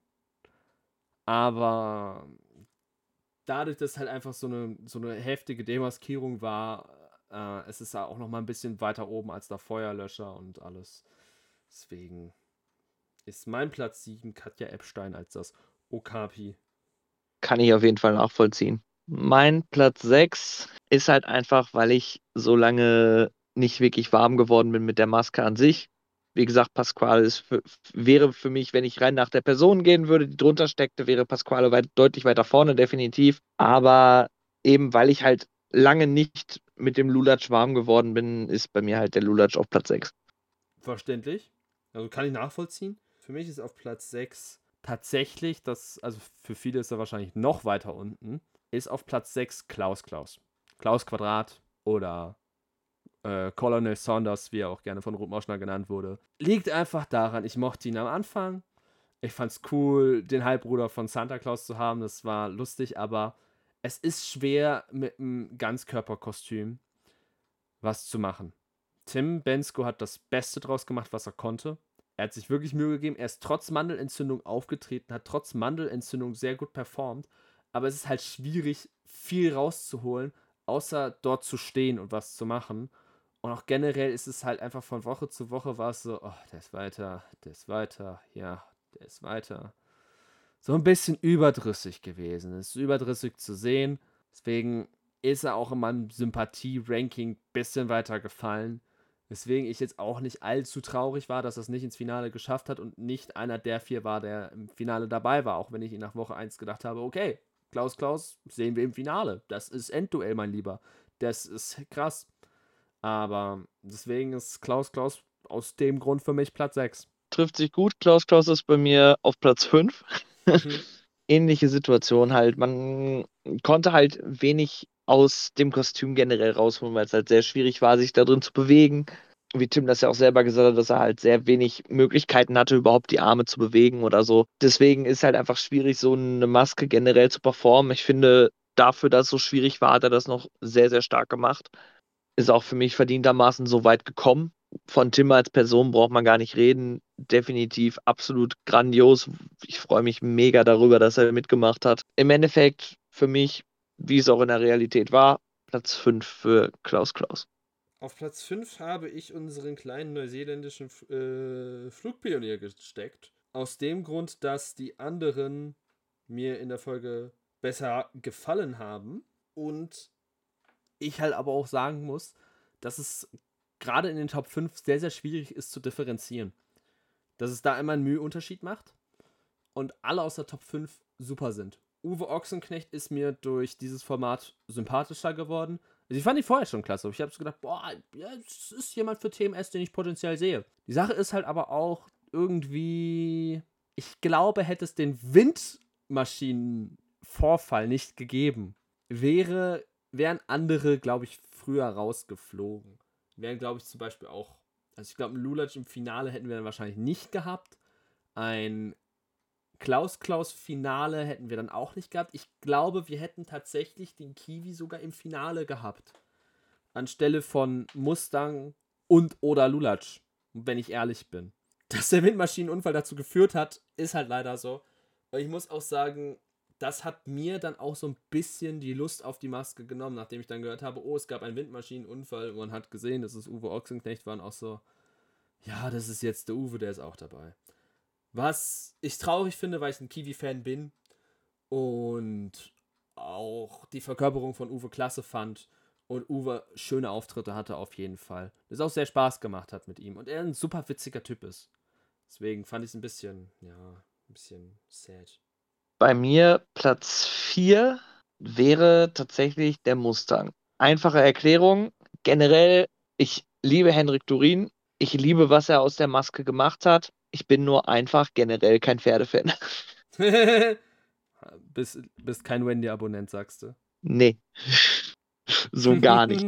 Speaker 2: Aber dadurch, dass halt einfach so eine, so eine heftige Demaskierung war, äh, es ist ja auch noch mal ein bisschen weiter oben als der Feuerlöscher und alles. Deswegen ist mein Platz sieben Katja Epstein als das Okapi.
Speaker 3: Kann ich auf jeden Fall nachvollziehen. Mein Platz sechs ist halt einfach, weil ich so lange nicht wirklich warm geworden bin mit der Maske an sich. Wie gesagt, Pasquale ist für, wäre für mich, wenn ich rein nach der Person gehen würde, die drunter steckte, wäre Pasquale weit, deutlich weiter vorne, definitiv. Aber eben, weil ich halt lange nicht mit dem Lulatsch warm geworden bin, ist bei mir halt der Lulatsch auf Platz sechs.
Speaker 2: Verständlich. Also kann ich nachvollziehen. Für mich ist auf Platz sechs tatsächlich, das, also für viele ist er wahrscheinlich noch weiter unten, ist auf Platz sechs Klaus Klaus. Klaus Quadrat oder äh, Colonel Saunders, wie er auch gerne von Ruth Moschner genannt wurde. Liegt einfach daran, ich mochte ihn am Anfang. Ich fand's cool, den Halbbruder von Santa Claus zu haben. Das war lustig, aber es ist schwer, mit einem Ganzkörperkostüm was zu machen. Tim Bensko hat das Beste draus gemacht, was er konnte. Er hat sich wirklich Mühe gegeben. Er ist trotz Mandelentzündung aufgetreten, hat trotz Mandelentzündung sehr gut performt. Aber es ist halt schwierig, viel rauszuholen, außer dort zu stehen und was zu machen. Und auch generell ist es halt einfach von Woche zu Woche war es so, oh, der ist weiter, der ist weiter, ja, der ist weiter. So ein bisschen überdrüssig gewesen. Es ist überdrüssig zu sehen. Deswegen ist er auch in meinem Sympathie-Ranking ein bisschen weiter gefallen. Weswegen ich jetzt auch nicht allzu traurig war, dass er es nicht ins Finale geschafft hat und nicht einer der vier war, der im Finale dabei war. Auch wenn ich ihn nach Woche eins gedacht habe, okay, Klaus Klaus sehen wir im Finale. Das ist Endduell, mein Lieber. Das ist krass. Aber deswegen ist Klaus Klaus aus dem Grund für mich Platz sechs.
Speaker 3: Trifft sich gut. Klaus Klaus ist bei mir auf Platz fünf.
Speaker 2: Mhm.
Speaker 3: Ähnliche Situation halt. Man konnte halt wenig aus dem Kostüm generell rausholen, weil es halt sehr schwierig war, sich da drin zu bewegen. Wie Tim das ja auch selber gesagt hat, dass er halt sehr wenig Möglichkeiten hatte, überhaupt die Arme zu bewegen oder so. Deswegen ist halt einfach schwierig, so eine Maske generell zu performen. Ich finde, dafür, dass es so schwierig war, hat er das noch sehr, sehr stark gemacht. Ist auch für mich verdientermaßen so weit gekommen. Von Tim als Person braucht man gar nicht reden. Definitiv absolut grandios. Ich freue mich mega darüber, dass er mitgemacht hat. Im Endeffekt für mich, wie es auch in der Realität war, Platz fünf für Klaus Klaus.
Speaker 2: Auf Platz fünf habe ich unseren kleinen neuseeländischen äh, Flugpionier gesteckt. Aus dem Grund, dass die anderen mir in der Folge besser gefallen haben. Und ich halt aber auch sagen muss, dass es gerade in den Top fünf sehr, sehr schwierig ist zu differenzieren. Dass es da immer einen Müheunterschied macht und alle aus der Top fünf super sind. Uwe Ochsenknecht ist mir durch dieses Format sympathischer geworden. Also ich fand ihn vorher schon klasse. Ich habe so gedacht, boah, ja, das ist jemand für T M S, den ich potenziell sehe. Die Sache ist halt aber auch irgendwie, ich glaube, hätte es den Windmaschinenvorfall nicht gegeben, wäre, wären andere, glaube ich, früher rausgeflogen. Wären, glaube ich, zum Beispiel auch, also ich glaube, einen Lulatsch im Finale hätten wir dann wahrscheinlich nicht gehabt. Ein Klaus-Klaus-Finale hätten wir dann auch nicht gehabt. Ich glaube, wir hätten tatsächlich den Kiwi sogar im Finale gehabt. Anstelle von Mustang und oder Lulatsch, wenn ich ehrlich bin. Dass der Windmaschinenunfall dazu geführt hat, ist halt leider so. Und ich muss auch sagen, das hat mir dann auch so ein bisschen die Lust auf die Maske genommen, nachdem ich dann gehört habe, oh, es gab einen Windmaschinenunfall und man hat gesehen, dass es Uwe Ochsenknecht war und auch so, ja, das ist jetzt der Uwe, der ist auch dabei. Was ich traurig finde, weil ich ein Kiwi-Fan bin und auch die Verkörperung von Uwe klasse fand und Uwe schöne Auftritte hatte auf jeden Fall. Das auch sehr Spaß gemacht hat mit ihm und er ein super witziger Typ ist. Deswegen fand ich es ein bisschen, ja, ein bisschen sad.
Speaker 3: Bei mir Platz vier wäre tatsächlich der Mustang. Einfache Erklärung. Generell, ich liebe Henrik Dorien. Ich liebe, was er aus der Maske gemacht hat. Ich bin nur einfach generell kein Pferdefan.
Speaker 2: bist, bist kein Wendy-Abonnent, sagst du?
Speaker 3: Nee. So gar nicht.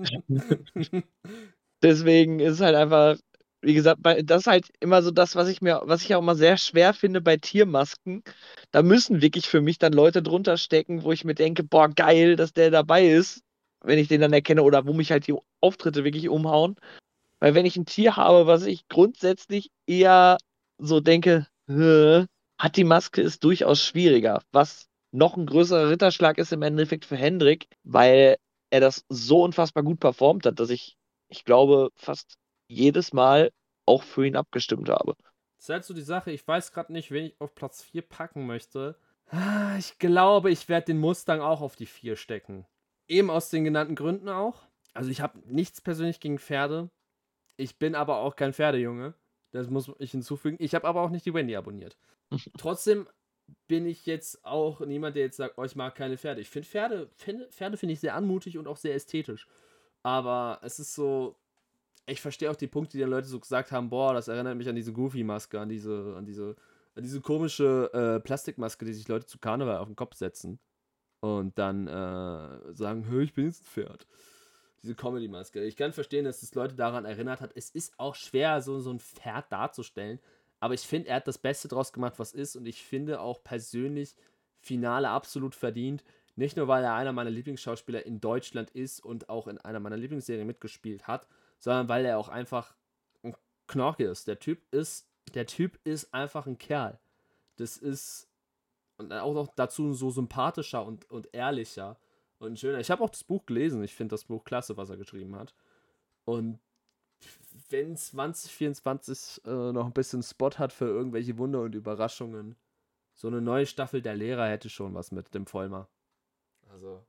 Speaker 3: Deswegen ist es halt einfach, wie gesagt, bei, das ist halt immer so das, was ich mir, was ich auch immer sehr schwer finde bei Tiermasken. Da müssen wirklich für mich dann Leute drunter stecken, wo ich mir denke, boah, geil, dass der dabei ist, wenn ich den dann erkenne, oder wo mich halt die Auftritte wirklich umhauen. Weil wenn ich ein Tier habe, was ich grundsätzlich eher so denke, "Hä, hat die Maske ist durchaus schwieriger. Was noch ein größerer Ritterschlag ist im Endeffekt für Hendrik, weil er das so unfassbar gut performt hat, dass ich, ich glaube, fast jedes Mal auch für ihn abgestimmt habe.
Speaker 2: Das ist halt so die Sache, ich weiß gerade nicht, wen ich auf Platz vier packen möchte. Ah, Ich glaube, ich werde den Mustang auch auf die vier stecken. Eben aus den genannten Gründen auch. Also ich habe nichts persönlich gegen Pferde. Ich bin aber auch kein Pferdejunge. Das muss ich hinzufügen. Ich habe aber auch nicht die Wendy abonniert. Trotzdem bin ich jetzt auch niemand, der jetzt sagt, oh, ich mag keine Pferde. Ich finde Pferde, finde, Pferde finde ich sehr anmutig und auch sehr ästhetisch. Aber es ist so, ich verstehe auch die Punkte, die dann Leute so gesagt haben, boah, das erinnert mich an diese Goofy-Maske, an diese, an diese, an diese komische äh, Plastikmaske, die sich Leute zu Karneval auf den Kopf setzen und dann äh, sagen, hör, ich bin jetzt ein Pferd. Diese Comedy-Maske. Ich kann verstehen, dass es Leute daran erinnert hat. Es ist auch schwer, so, so ein Pferd darzustellen, aber ich finde, er hat das Beste draus gemacht, was ist, und ich finde auch persönlich Finale absolut verdient. Nicht nur, weil er einer meiner Lieblingsschauspieler in Deutschland ist und auch in einer meiner Lieblingsserien mitgespielt hat, sondern weil er auch einfach ein Knorke ist. Der Typ ist, der Typ ist einfach ein Kerl. Das ist und auch noch dazu so sympathischer und, und ehrlicher und schöner. Ich habe auch das Buch gelesen. Ich finde das Buch klasse, was er geschrieben hat. Und wenn zwanzig vierundzwanzig äh, noch ein bisschen Spot hat für irgendwelche Wunder und Überraschungen, so eine neue Staffel der Lehrer hätte schon was mit dem Vollmer. Also,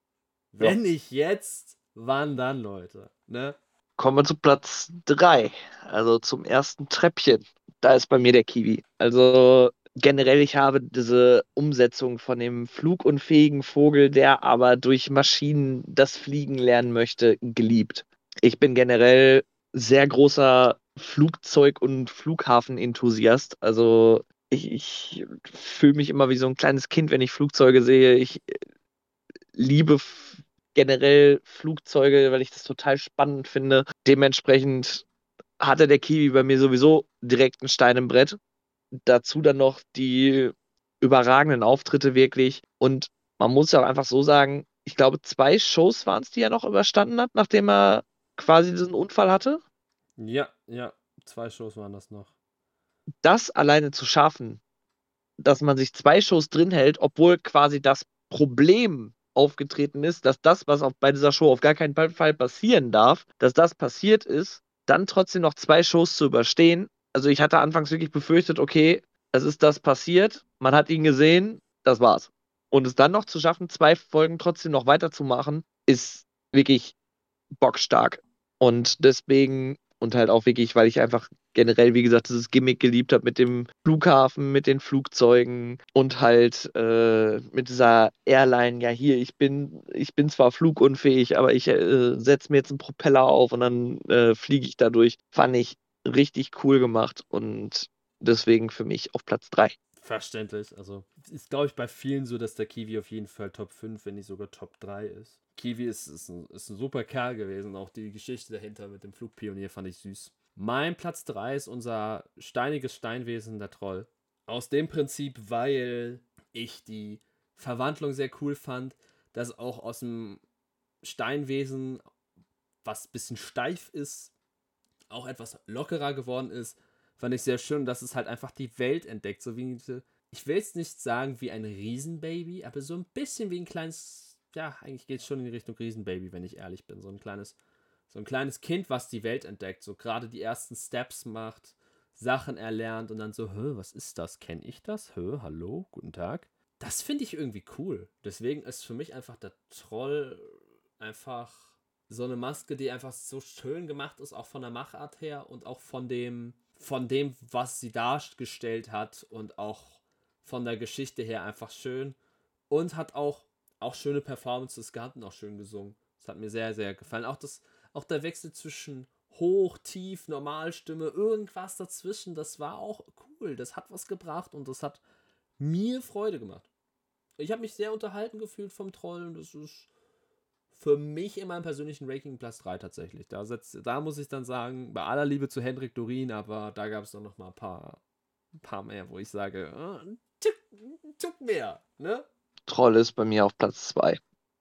Speaker 2: wenn
Speaker 3: Ja.
Speaker 2: nicht jetzt, wann dann, Leute? Ne?
Speaker 3: Kommen wir zu Platz drei, also zum ersten Treppchen. Da ist bei mir der Kiwi. Also generell, ich habe diese Umsetzung von dem flugunfähigen Vogel, der aber durch Maschinen das Fliegen lernen möchte, geliebt. Ich bin generell sehr großer Flugzeug- und Flughafen-Enthusiast. Also ich, ich fühle mich immer wie so ein kleines Kind, wenn ich Flugzeuge sehe. Ich liebe f- generell Flugzeuge, weil ich das total spannend finde. Dementsprechend hatte der Kiwi bei mir sowieso direkt einen Stein im Brett. Dazu dann noch die überragenden Auftritte wirklich. Und man muss ja auch einfach so sagen, ich glaube, zwei Shows waren es, die er noch überstanden hat, nachdem er quasi diesen Unfall hatte.
Speaker 2: Ja, ja. Zwei Shows waren das noch.
Speaker 3: Das alleine zu schaffen, dass man sich zwei Shows drin hält, obwohl quasi das Problem aufgetreten ist, dass das, was auf, bei dieser Show auf gar keinen Fall passieren darf, dass das passiert ist, dann trotzdem noch zwei Shows zu überstehen. Also ich hatte anfangs wirklich befürchtet, okay, es ist das passiert, man hat ihn gesehen, das war's. Und es dann noch zu schaffen, zwei Folgen trotzdem noch weiterzumachen, ist wirklich bockstark. Und deswegen, und halt auch wirklich, weil ich einfach generell, wie gesagt, dieses Gimmick geliebt habe mit dem Flughafen, mit den Flugzeugen und halt äh, mit dieser Airline, ja hier, ich bin, ich bin zwar flugunfähig, aber ich äh, setze mir jetzt einen Propeller auf und dann äh, fliege ich dadurch. Fand ich richtig cool gemacht und deswegen für mich auf Platz drei.
Speaker 2: Verständlich. Also, ist, glaube ich, bei vielen so, dass der Kiwi auf jeden Fall Top fünf, wenn nicht sogar Top drei ist. Kiwi ist, ist, ein, ist ein super Kerl gewesen. Auch die Geschichte dahinter mit dem Flugpionier fand ich süß. Mein Platz drei ist unser steiniges Steinwesen, der Troll. Aus dem Prinzip, weil ich die Verwandlung sehr cool fand, dass auch aus dem Steinwesen, was ein bisschen steif ist, auch etwas lockerer geworden ist, fand ich sehr schön, dass es halt einfach die Welt entdeckt. So wie diese, ich will es nicht sagen wie ein Riesenbaby, aber so ein bisschen wie ein kleines, ja, eigentlich geht es schon in die Richtung Riesenbaby, wenn ich ehrlich bin. So ein kleines, so ein kleines Kind, was die Welt entdeckt, so gerade die ersten Steps macht, Sachen erlernt und dann so, hä, was ist das? Kenne ich das? Hä, hallo, guten Tag. Das finde ich irgendwie cool. Deswegen ist für mich einfach der Troll einfach so eine Maske, die einfach so schön gemacht ist, auch von der Machart her und auch von dem, von dem, was sie dargestellt hat und auch von der Geschichte her einfach schön und hat auch, auch schöne Performances gehabt und auch schön gesungen. Das hat mir sehr, sehr gefallen. Auch, das, auch der Wechsel zwischen Hoch, Tief, Normalstimme, irgendwas dazwischen, das war auch cool. Das hat was gebracht und das hat mir Freude gemacht. Ich habe mich sehr unterhalten gefühlt vom Troll und das ist für mich in meinem persönlichen Ranking Platz drei tatsächlich. Da, setzt, da muss ich dann sagen, bei aller Liebe zu Hendrik Dorin, aber da gab es dann noch mal ein paar, ein paar mehr, wo ich sage, äh, ein Tick, ein Tick mehr, ne?
Speaker 3: Troll ist bei mir auf Platz zwei.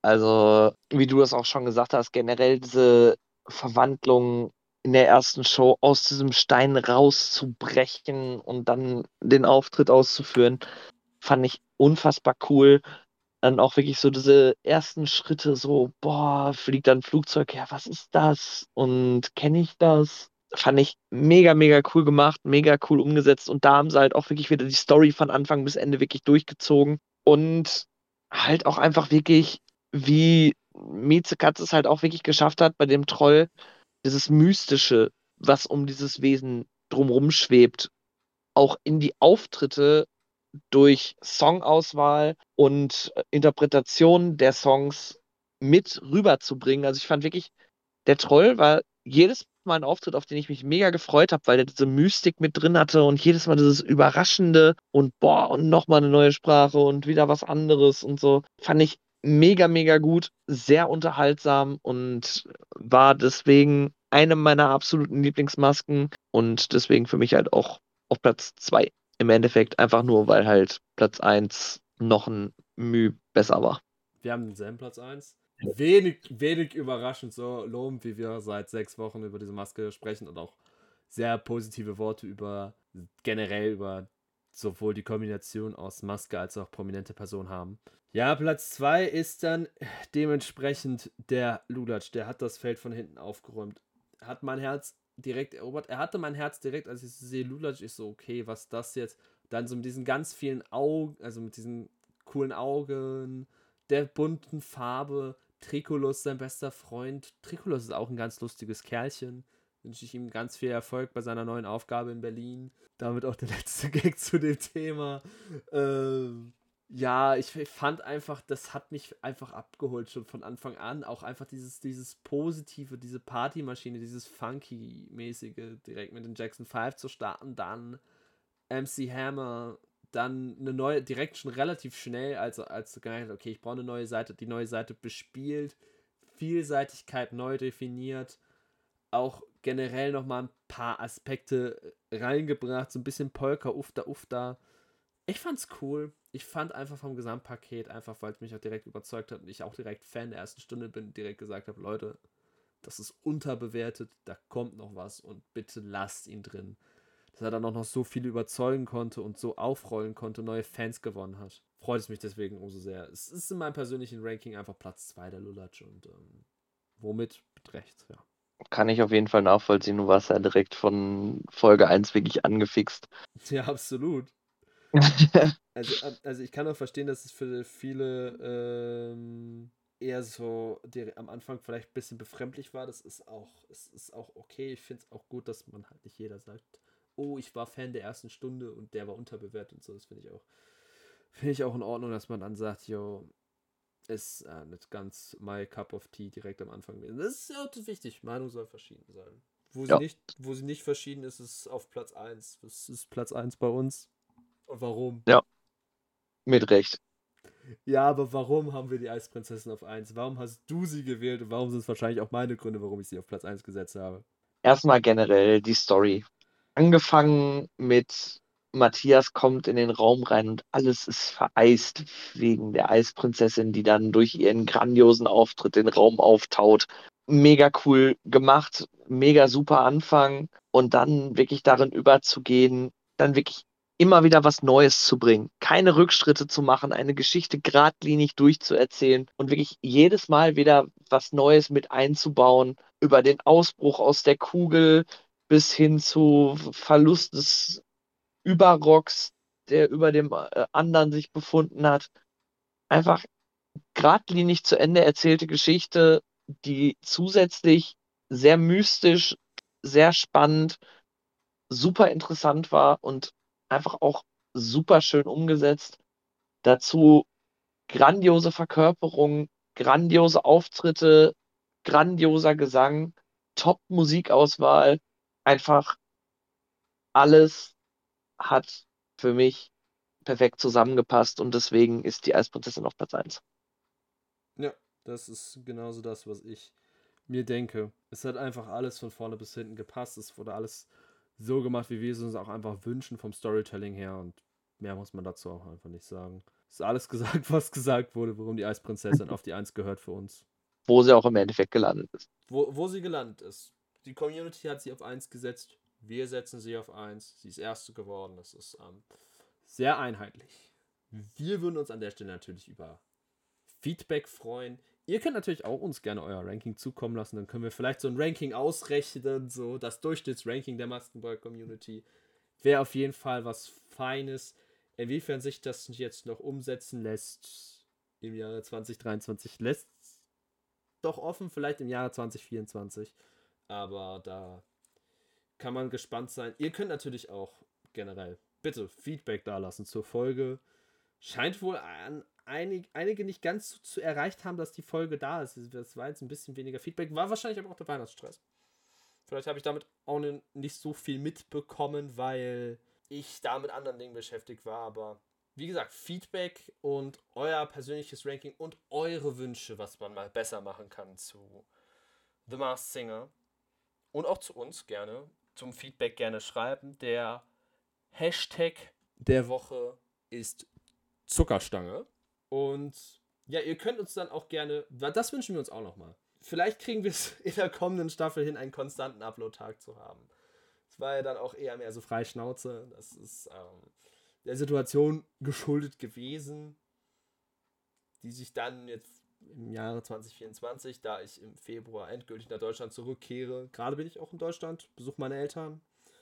Speaker 3: Also, wie du das auch schon gesagt hast, generell diese Verwandlung in der ersten Show aus diesem Stein rauszubrechen und dann den Auftritt auszuführen, fand ich unfassbar cool. Dann auch wirklich so diese ersten Schritte, so, boah, fliegt dann ein Flugzeug, ja, was ist das? Und kenne ich das? Fand ich mega, mega cool gemacht, mega cool umgesetzt. Und da haben sie halt auch wirklich wieder die Story von Anfang bis Ende wirklich durchgezogen. Und halt auch einfach wirklich, wie Mieze Katz es halt auch wirklich geschafft hat, bei dem Troll dieses Mystische, was um dieses Wesen drumrum schwebt, auch in die Auftritte durch Songauswahl und äh, Interpretation der Songs mit rüberzubringen. Also ich fand wirklich, der Troll war jedes Mal ein Auftritt, auf den ich mich mega gefreut habe, weil der diese Mystik mit drin hatte und jedes Mal dieses Überraschende und boah, und nochmal eine neue Sprache und wieder was anderes und so. Fand ich mega, mega gut, sehr unterhaltsam und war deswegen eine meiner absoluten Lieblingsmasken und deswegen für mich halt auch auf Platz zwei im Endeffekt, einfach nur, weil halt Platz eins noch ein Müh besser war.
Speaker 2: Wir haben denselben Platz eins. Wenig, wenig überraschend, so lobend, wie wir seit sechs Wochen über diese Maske sprechen und auch sehr positive Worte über generell über sowohl die Kombination aus Maske als auch prominente Person haben. Ja, Platz zwei ist dann dementsprechend der Lulatsch. Der hat das Feld von hinten aufgeräumt. Hat mein Herz direkt erobert. Er hatte mein Herz direkt, als ich sehe Lulatsch, ich so, okay, was ist das jetzt? Dann so mit diesen ganz vielen Augen, also mit diesen coolen Augen, der bunten Farbe. Tricolos, sein bester Freund. Tricolos ist auch ein ganz lustiges Kerlchen. Wünsche ich ihm ganz viel Erfolg bei seiner neuen Aufgabe in Berlin. Damit auch der letzte Gag zu dem Thema. Ähm, ja, ich fand einfach, das hat mich einfach abgeholt schon von Anfang an. Auch einfach dieses, dieses Positive, diese Partymaschine, dieses Funky-mäßige, direkt mit den Jackson fünf zu starten. Dann M C Hammer, dann eine neue, direkt schon relativ schnell, als, als du gemerkt hast, okay, ich brauche eine neue Seite, die neue Seite bespielt, Vielseitigkeit neu definiert, auch generell nochmal ein paar Aspekte reingebracht, so ein bisschen Polka, Ufta, Ufta. Ich fand's cool. Ich fand einfach vom Gesamtpaket, einfach weil es mich auch direkt überzeugt hat und ich auch direkt Fan der ersten Stunde bin, direkt gesagt habe, Leute, das ist unterbewertet, da kommt noch was und bitte lasst ihn drin. Dass er dann auch noch so viele überzeugen konnte und so aufrollen konnte, neue Fans gewonnen hat. Freut es mich deswegen umso sehr. Es ist in meinem persönlichen Ranking einfach Platz zwei der Lulatsch und ähm, womit mit Recht, ja.
Speaker 3: Kann ich auf jeden Fall nachvollziehen. Du warst ja direkt von Folge eins wirklich angefixt.
Speaker 2: Ja, absolut. also, also ich kann auch verstehen, dass es für viele ähm, eher so die, am Anfang vielleicht ein bisschen befremdlich war. Das ist auch, es ist auch okay. Ich finde es auch gut, dass man halt nicht jeder sagt, oh, ich war Fan der ersten Stunde und der war unterbewertet und so. Das finde ich auch, finde ich auch in Ordnung, dass man dann sagt, yo, ist äh, nicht ganz my cup of tea direkt am Anfang. Das ist ja wichtig. Meinung soll verschieden sein. Wo sie,
Speaker 3: Ja.
Speaker 2: nicht, wo sie nicht verschieden ist, ist auf Platz eins. Das ist Platz eins bei uns. Und warum?
Speaker 3: Ja, mit Recht.
Speaker 2: Ja, aber warum haben wir die Eisprinzessin auf eins? Warum hast du sie gewählt und warum sind es wahrscheinlich auch meine Gründe, warum ich sie auf Platz eins gesetzt habe?
Speaker 3: Erstmal generell die Story. Angefangen mit Matthias kommt in den Raum rein und alles ist vereist wegen der Eisprinzessin, die dann durch ihren grandiosen Auftritt den Raum auftaut. Mega cool gemacht, mega super Anfang und dann wirklich darin überzugehen, dann wirklich immer wieder was Neues zu bringen, keine Rückschritte zu machen, eine Geschichte geradlinig durchzuerzählen und wirklich jedes Mal wieder was Neues mit einzubauen, über den Ausbruch aus der Kugel bis hin zu Verlust des Überrocks, der über dem äh, anderen sich befunden hat. Einfach geradlinig zu Ende erzählte Geschichte, die zusätzlich sehr mystisch, sehr spannend, super interessant war und einfach auch super schön umgesetzt. Dazu grandiose Verkörperung, grandiose Auftritte, grandioser Gesang, Top-Musikauswahl. Einfach alles hat für mich perfekt zusammengepasst und deswegen ist die Eisprinzessin auf Platz eins.
Speaker 2: Ja, das ist genauso das, was ich mir denke. Es hat einfach alles von vorne bis hinten gepasst. Es wurde alles so gemacht, wie wir es uns auch einfach wünschen vom Storytelling her und mehr muss man dazu auch einfach nicht sagen. Es ist alles gesagt, was gesagt wurde, warum die Eisprinzessin auf die Eins gehört für uns.
Speaker 3: Wo sie auch im Endeffekt gelandet ist.
Speaker 2: Wo, wo sie gelandet ist. Die Community hat sie auf eins gesetzt. Wir setzen sie auf eins. Sie ist Erste geworden. Das ist ähm, sehr einheitlich. Wir würden uns an der Stelle natürlich über Feedback freuen. Ihr könnt natürlich auch uns gerne euer Ranking zukommen lassen. Dann können wir vielleicht so ein Ranking ausrechnen. So das Durchschnittsranking der Maskenball-Community. Wäre auf jeden Fall was Feines. Inwiefern sich das jetzt noch umsetzen lässt im Jahre zwanzig dreiundzwanzig, lässt doch offen, vielleicht im Jahre zwanzig vierundzwanzig. Aber da kann man gespannt sein. Ihr könnt natürlich auch generell bitte Feedback dalassen zur Folge. Scheint wohl an einig, einige nicht ganz zu, zu erreicht haben, dass die Folge da ist. Das war jetzt ein bisschen weniger Feedback. War wahrscheinlich aber auch der Weihnachtsstress. Vielleicht habe ich damit auch nicht so viel mitbekommen, weil ich da mit anderen Dingen beschäftigt war. Aber wie gesagt, Feedback und euer persönliches Ranking und eure Wünsche, was man mal besser machen kann zu The Masked Singer. Und auch zu uns gerne. Zum Feedback gerne schreiben. Der Hashtag der Woche ist Zuckerstange. Und ja, ihr könnt uns dann auch gerne, das wünschen wir uns auch nochmal. Vielleicht kriegen wir es in der kommenden Staffel hin, einen konstanten Upload-Tag zu haben. Das war ja dann auch eher mehr so frei Schnauze. Das ist ähm, der Situation geschuldet gewesen, die sich dann jetzt im Jahre zwanzig vierundzwanzig, da ich im Februar endgültig nach Deutschland zurückkehre, gerade bin ich auch in Deutschland, besuche meine Eltern.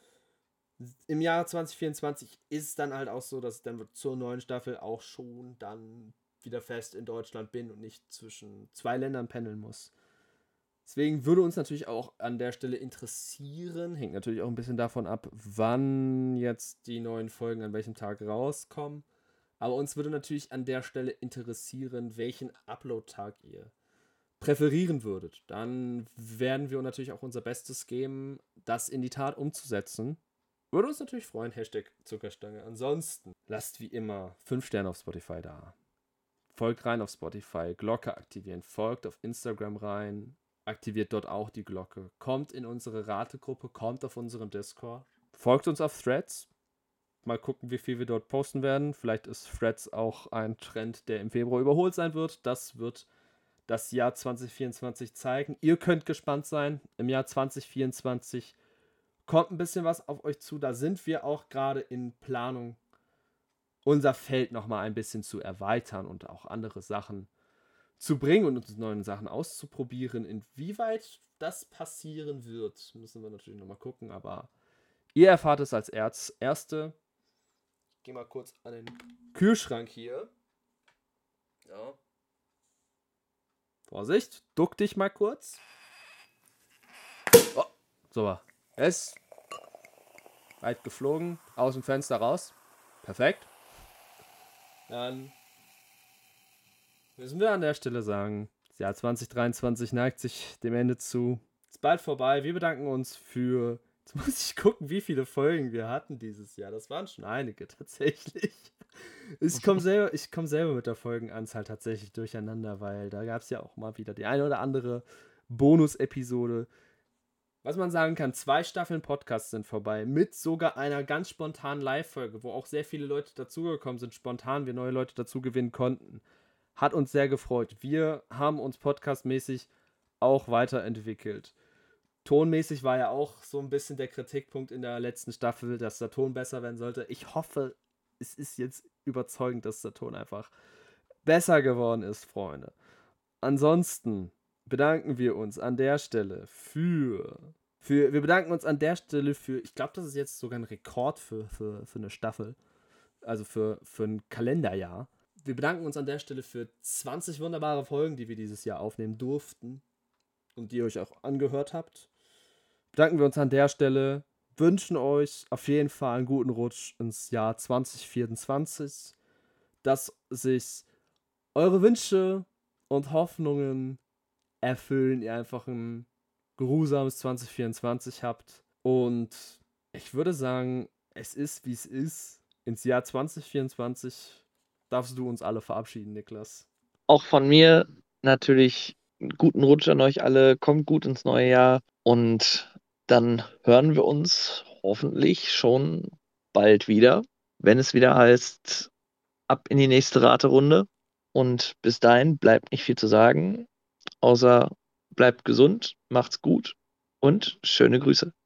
Speaker 2: Im Jahre zwanzig vierundzwanzig ist es dann halt auch so, dass ich dann zur neuen Staffel auch schon dann wieder fest in Deutschland bin und nicht zwischen zwei Ländern pendeln muss. Deswegen würde uns natürlich auch an der Stelle interessieren, hängt natürlich auch ein bisschen davon ab, wann jetzt die neuen Folgen an welchem Tag rauskommen. Aber uns würde natürlich an der Stelle interessieren, welchen Upload-Tag ihr präferieren würdet. Dann werden wir natürlich auch unser Bestes geben, das in die Tat umzusetzen. Würde uns natürlich freuen, Hashtag Zuckerstange. Ansonsten lasst wie immer fünf Sterne auf Spotify da. Folgt rein auf Spotify, Glocke aktivieren, folgt auf Instagram rein, aktiviert dort auch die Glocke, kommt in unsere Rategruppe, kommt auf unseren Discord, folgt uns auf Threads. Mal gucken, wie viel wir dort posten werden. Vielleicht ist Threads auch ein Trend, der im Februar überholt sein wird. Das wird das Jahr zwanzig vierundzwanzig zeigen. Ihr könnt gespannt sein. Im Jahr zwanzig vierundzwanzig kommt ein bisschen was auf euch zu. Da sind wir auch gerade in Planung, unser Feld nochmal ein bisschen zu erweitern und auch andere Sachen zu bringen und uns neue Sachen auszuprobieren. Inwieweit das passieren wird, müssen wir natürlich nochmal gucken. Aber ihr erfahrt es als Erste. Ich gehe mal kurz an den Kühlschrank hier. Ja. Vorsicht, duck dich mal kurz. Oh, so, es ist weit geflogen, aus dem Fenster raus. Perfekt. Dann müssen wir an der Stelle sagen, das Jahr zwanzig dreiundzwanzig neigt sich dem Ende zu. Ist bald vorbei. Wir bedanken uns für... Jetzt muss ich gucken, wie viele Folgen wir hatten dieses Jahr. Das waren schon einige tatsächlich. Ich komme selber, ich komm selber mit der Folgenanzahl tatsächlich durcheinander, weil da gab es ja auch mal wieder die eine oder andere Bonus-Episode. Was man sagen kann, zwei Staffeln Podcast sind vorbei, mit sogar einer ganz spontanen Live-Folge, wo auch sehr viele Leute dazugekommen sind, spontan wir neue Leute dazu gewinnen konnten. Hat uns sehr gefreut. Wir haben uns podcastmäßig auch weiterentwickelt. Tonmäßig war ja auch so ein bisschen der Kritikpunkt in der letzten Staffel, dass der Ton besser werden sollte. Ich hoffe, es ist jetzt überzeugend, dass der Ton einfach besser geworden ist, Freunde. Ansonsten bedanken wir uns an der Stelle für, für wir bedanken uns an der Stelle für, ich glaube, das ist jetzt sogar ein Rekord für, für, für eine Staffel, also für, für ein Kalenderjahr. Wir bedanken uns an der Stelle für zwanzig wunderbare Folgen, die wir dieses Jahr aufnehmen durften und die ihr euch auch angehört habt. Bedanken wir uns an der Stelle, wünschen euch auf jeden Fall einen guten Rutsch ins Jahr zwanzig vierundzwanzig, dass sich eure Wünsche und Hoffnungen erfüllen, ihr einfach ein geruhsames zwanzig vierundzwanzig habt. Und ich würde sagen, es ist, wie es ist. Ins Jahr zwanzig vierundzwanzig darfst du uns alle verabschieden, Niklas.
Speaker 3: Auch von mir natürlich einen guten Rutsch an euch alle. Kommt gut ins neue Jahr. Und dann hören wir uns hoffentlich schon bald wieder, wenn es wieder heißt, ab in die nächste Raterunde. Und bis dahin bleibt nicht viel zu sagen, außer bleibt gesund, macht's gut und schöne Grüße.